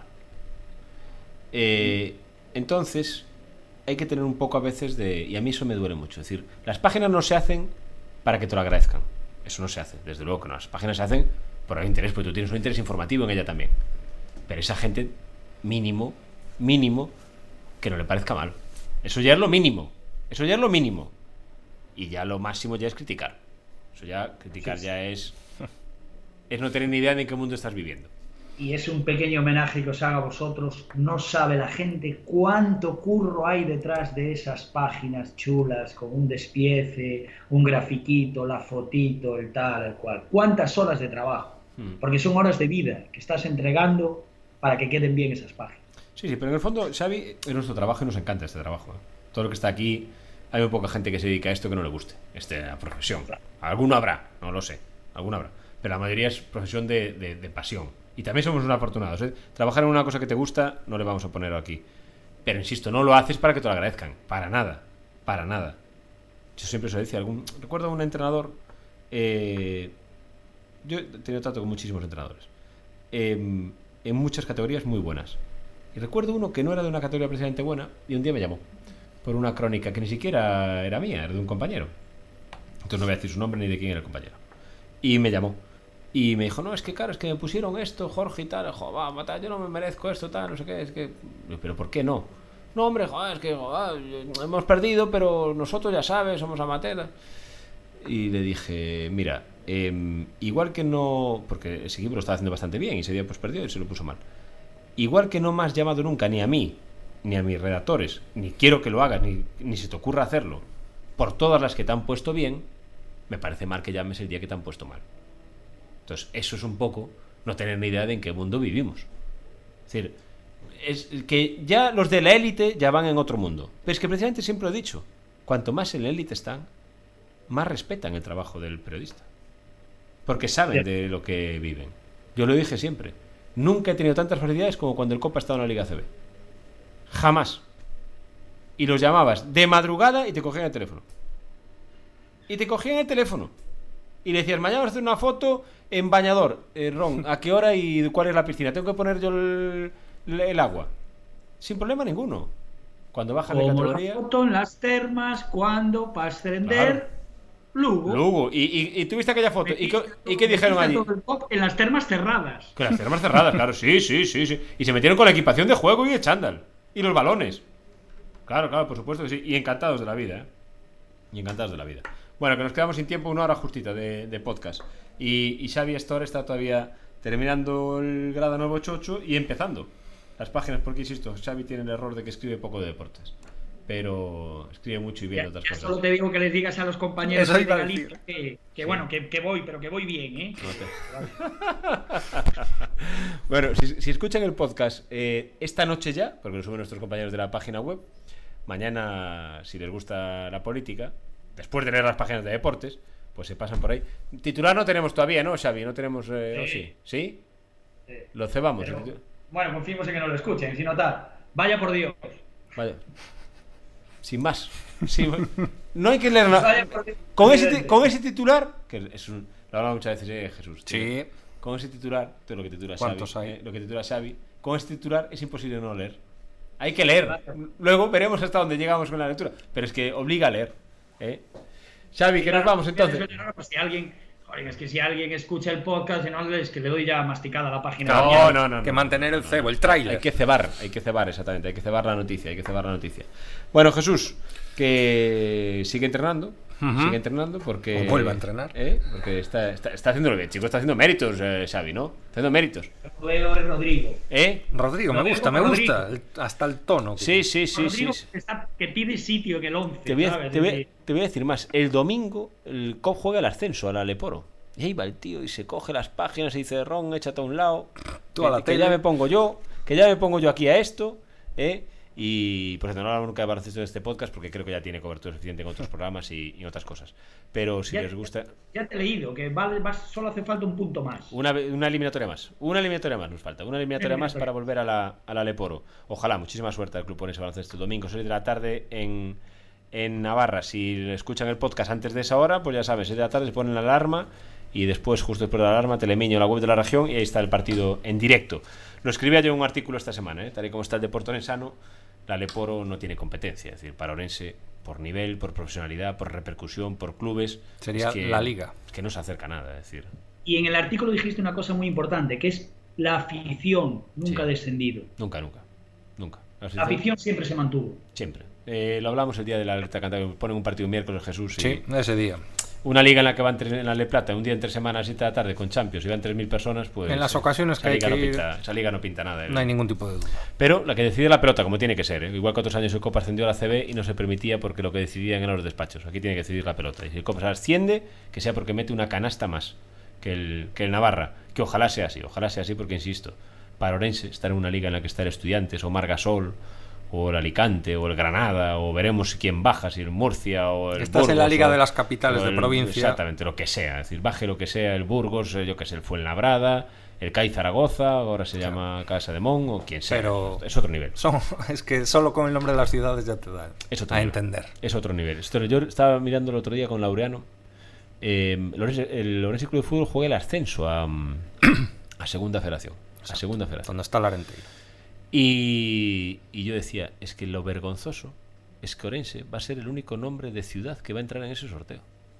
Entonces hay que tener un poco a veces de... Y a mí eso me duele mucho. Es decir, las páginas no se hacen para que te lo agradezcan. Eso no se hace, desde luego que no. Las páginas se hacen por el interés, porque tú tienes un interés informativo en ella también. Pero esa gente, mínimo, que no le parezca mal. Eso ya es lo mínimo. Y ya lo máximo ya es criticar. Eso ya, criticar sí. Ya es no tener ni idea de en qué mundo estás viviendo. Y es un pequeño homenaje que os haga a vosotros. No sabe la gente cuánto curro hay detrás de esas páginas chulas, con un despiece, un grafiquito, la fotito, el tal, el cual. ¿Cuántas horas de trabajo? Porque son horas de vida que estás entregando para que queden bien esas páginas. Sí, pero en el fondo, Xavi, es nuestro trabajo y nos encanta este trabajo. Todo lo que está aquí, hay muy poca gente que se dedica a esto que no le guste. La profesión. Claro. Alguno habrá, no lo sé. Alguno habrá. Pero la mayoría es profesión de pasión. Y también somos unos afortunados, ¿eh? Trabajar en una cosa que te gusta no le vamos a poner aquí. Pero insisto, no lo haces para que te lo agradezcan. Para nada. Yo siempre se lo decía. Recuerdo a un entrenador. Yo he tenido trato con muchísimos entrenadores. En muchas categorías muy buenas. Y recuerdo uno que no era de una categoría precisamente buena. Y un día me llamó por una crónica que ni siquiera era mía, era de un compañero. Entonces no voy a decir su nombre ni de quién era el compañero. Y me llamó. Y me dijo, no, es que claro, es que me pusieron esto, Jorge y tal, joder, yo no me merezco esto, tal, no sé qué, es que... ¿Pero por qué no? No, hombre, joder, es que hemos perdido, pero nosotros ya sabes, somos amateurs. Y le dije, mira, igual que no, porque ese equipo lo estaba haciendo bastante bien y ese día pues perdió y se lo puso mal. Igual que no me has llamado nunca ni a mí, ni a mis redactores, ni quiero que lo hagas, ni se te ocurra hacerlo, por todas las que te han puesto bien, me parece mal que llames el día que te han puesto mal. Entonces, eso es un poco no tener ni idea de en qué mundo vivimos. Es decir, es que ya los de la élite ya van en otro mundo. Pero es que precisamente siempre lo he dicho, cuanto más en la élite están, más respetan el trabajo del periodista. Porque saben de lo que viven. Yo lo dije siempre. Nunca he tenido tantas facilidades como cuando el Copa estaba en la Liga CB. Jamás. Y los llamabas de madrugada y te cogían el teléfono. Y te cogían el teléfono. Y le decías, mañana vas a hacer una foto en bañador. Ron, ¿a qué hora y cuál es la piscina? Tengo que poner yo el agua. Sin problema ninguno. Cuando bajan de categoría. La foto en las termas, cuando para ascender. Claro. Lugo. Y tuviste aquella foto. ¿Y qué dijeron allí? En las termas cerradas. Que las termas cerradas, claro, sí. Y se metieron con la equipación de juego y el chándal. Y los balones. Claro, por supuesto que sí. Y encantados de la vida, ¿eh? Y encantados de la vida. Bueno, que nos quedamos sin tiempo, 1 hora justita de podcast. Y Xavi Store está todavía terminando el grado nuevo chocho y empezando las páginas, porque insisto, Xavi tiene el error de que escribe poco de deportes. Pero escribe mucho y bien otras cosas. Solo te digo que les digas a los compañeros de Galicia que bueno, que voy, pero que voy bien, ¿eh? Bueno, si escuchan el podcast esta noche ya, porque lo suben nuestros compañeros de la página web, mañana, si les gusta la política, después de leer las páginas de deportes, pues se pasan por ahí. Titular no tenemos todavía, ¿no, Xavi? No tenemos... ¿Sí? ¿Sí? Lo cebamos. Pero, bueno, confiemos en que no lo escuchen, si no tal. Vaya por Dios. Vaya. Sin más. No hay que leer nada. Con ese titular, que es lo hablamos muchas veces, Jesús. Sí. Con ese titular, todo lo que titula Xavi, lo que titula Xavi, con ese titular es imposible no leer. Hay que leer. Luego veremos hasta dónde llegamos con la lectura. Pero es que obliga a leer. Xavi, que nos vamos entonces. Pues si alguien escucha el podcast, no es que le doy ya masticada la página. No. Que mantener el cebo, el tráiler. Hay que cebar, exactamente. Hay que cebar la noticia, Bueno, Jesús, que sigue entrenando. Sigue entrenando porque... O vuelve a entrenar. Porque está haciéndolo bien, chico. Está haciendo méritos, Xavi, ¿no? Está haciendo méritos. Veo es Rodrigo. Rodrigo, me gusta. Hasta el tono. Sí. Rodrigo que pide sitio en el 11. Te voy a decir más. El domingo el COP juega el ascenso a la Leporo. Y ahí va el tío y se coge las páginas y dice, Ron, échate a un lado. Que ya me pongo yo aquí a esto, Y por ejemplo, no hablamos nunca de baloncesto en este podcast porque creo que ya tiene cobertura suficiente en otros programas y en otras cosas. Pero si les gusta... Ya te he leído que solo hace falta un punto más. Una eliminatoria más. Una eliminatoria más nos falta. Una eliminatoria más para volver a la Leporo. Ojalá, muchísima suerte al club por ese baloncesto. Domingo, 6 de la tarde en Navarra. Si escuchan el podcast antes de esa hora, pues ya sabes, 6 de la tarde se ponen la alarma y después, justo después de la alarma, Telemiño, la web de la región, y ahí está el partido en directo. Lo escribía yo en un artículo esta semana, tal y como está el deporte orensano. La Leporo no tiene competencia, es decir, para Orense, por nivel, por profesionalidad, por repercusión, por clubes, sería la liga. Es que no se acerca a nada, es decir. Y en el artículo dijiste una cosa muy importante, que es la afición nunca ha descendido. Nunca. La afición siempre se mantuvo. Siempre. Lo hablamos el día de la alerta cantabria, ponen un partido miércoles, Jesús. Sí, ese día. Una liga en la que van en la Le Plata, un día en 3 semanas, 7 de la tarde, con Champions, y van 3.000 personas, pues... En las ocasiones que esa liga no pinta nada. No hay ningún tipo de duda. Pero la que decide la pelota, como tiene que ser, Igual que otros años el Copa ascendió a la CB y no se permitía porque lo que decidían eran los despachos. Aquí tiene que decidir la pelota. Y si el Copa se asciende, que sea porque mete una canasta más que el Navarra. Que ojalá sea así porque, insisto, para Orense estar en una liga en la que está el Estudiantes o Margasol o el Alicante o el Granada, o veremos quién baja, si el Murcia o el Estás Burgos, en la liga de las capitales de provincia. Exactamente, lo que sea, es decir, baje lo que sea, el Burgos, yo que sé, el Fuenlabrada, el CAI Zaragoza, ahora se llama Casa de Mon, o quien sea. Pero es otro nivel. Es que solo con el nombre de las ciudades ya te da a entender. Es otro nivel. Yo estaba mirando el otro día con Laureano. El Orense Club de Fútbol juega el ascenso a Segunda Federación. A Segunda Federación. Donde está el Arenteiro. Y yo decía, es que lo vergonzoso es que Orense va a ser el único nombre de ciudad que va a entrar en ese sorteo.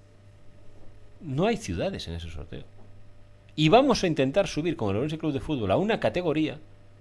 No hay ciudades en ese sorteo. Y vamos a intentar subir con el Orense Club de Fútbol a una categoría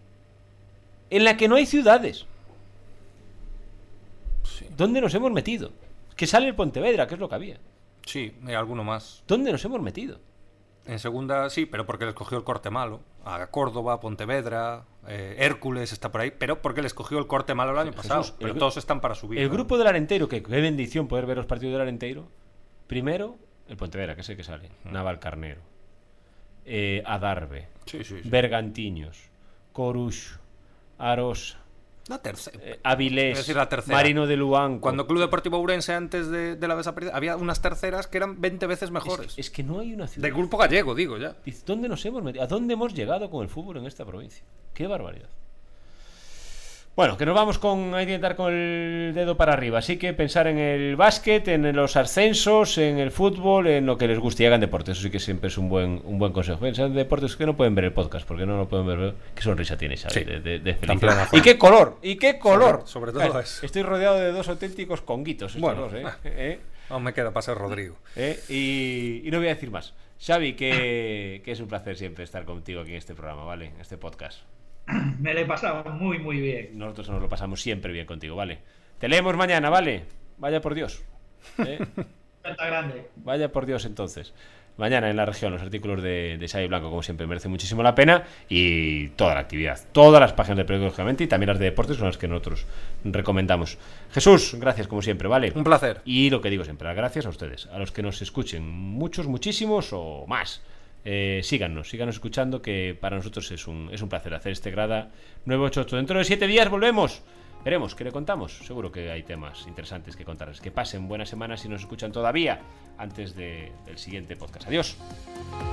en la que no hay ciudades. Sí. ¿Dónde nos hemos metido? Que sale el Pontevedra, que es lo que había. Sí, hay alguno más. ¿Dónde nos hemos metido? En segunda sí, pero porque les cogió el corte malo. A Córdoba, Pontevedra, Hércules está por ahí, pero porque les cogió el corte malo el año pasado. Jesús, pero todos están para subir. El ¿no? grupo del Arenteiro, que qué bendición poder ver los partidos del Arenteiro. Primero, el Pontevedra, que sé que sale. Navalcarnero. Adarve. Sí. Bergantiños. Coruxo. Arosa. La tercera. Avilés. Es decir, la tercera. Marino de Luanco. Cuando Club Deportivo Ourense antes de la vez perdida, había unas terceras que eran 20 veces mejores. Es que no hay una ciudad. Del grupo gallego, digo ya. Dice, ¿dónde nos hemos metido? ¿A dónde hemos llegado con el fútbol en esta provincia? ¡Qué barbaridad! Bueno, que nos vamos a intentar con el dedo para arriba. Así que pensar en el básquet, en los ascensos, en el fútbol, en lo que les guste y hagan deporte. Eso sí que siempre es un buen consejo. Pensar en deportes que no pueden ver el podcast, porque no lo pueden ver. Qué sonrisa tiene, ¿sabes? Sí. De felicidad. Y qué color, y qué color. Sobre todo eso. Estoy rodeado de dos auténticos conguitos. Bueno, dos, aún me queda pasar Rodrigo. Y no voy a decir más. Xavi, que es un placer siempre estar contigo aquí en este programa, ¿vale? En este podcast. Me lo he pasado muy, muy bien. Nosotros nos lo pasamos siempre bien contigo, ¿vale? Te leemos mañana, ¿vale? Vaya por Dios. Está grande. Vaya por Dios, entonces. Mañana en La Región, los artículos de Xavi Blanco, como siempre, merecen muchísimo la pena. Y toda la actividad, todas las páginas de periódico, lógicamente, y también las de deportes son las que nosotros recomendamos. Jesús, gracias como siempre, ¿vale? Un placer. Y lo que digo siempre, las gracias a ustedes, a los que nos escuchen, muchos, muchísimos o más. Síganos escuchando, que para nosotros es un placer hacer este Grada 988. Dentro de 7 días volvemos. Veremos qué le contamos. Seguro que hay temas interesantes que contarles. Que pasen buenas semanas si nos escuchan todavía antes del siguiente podcast. Adiós.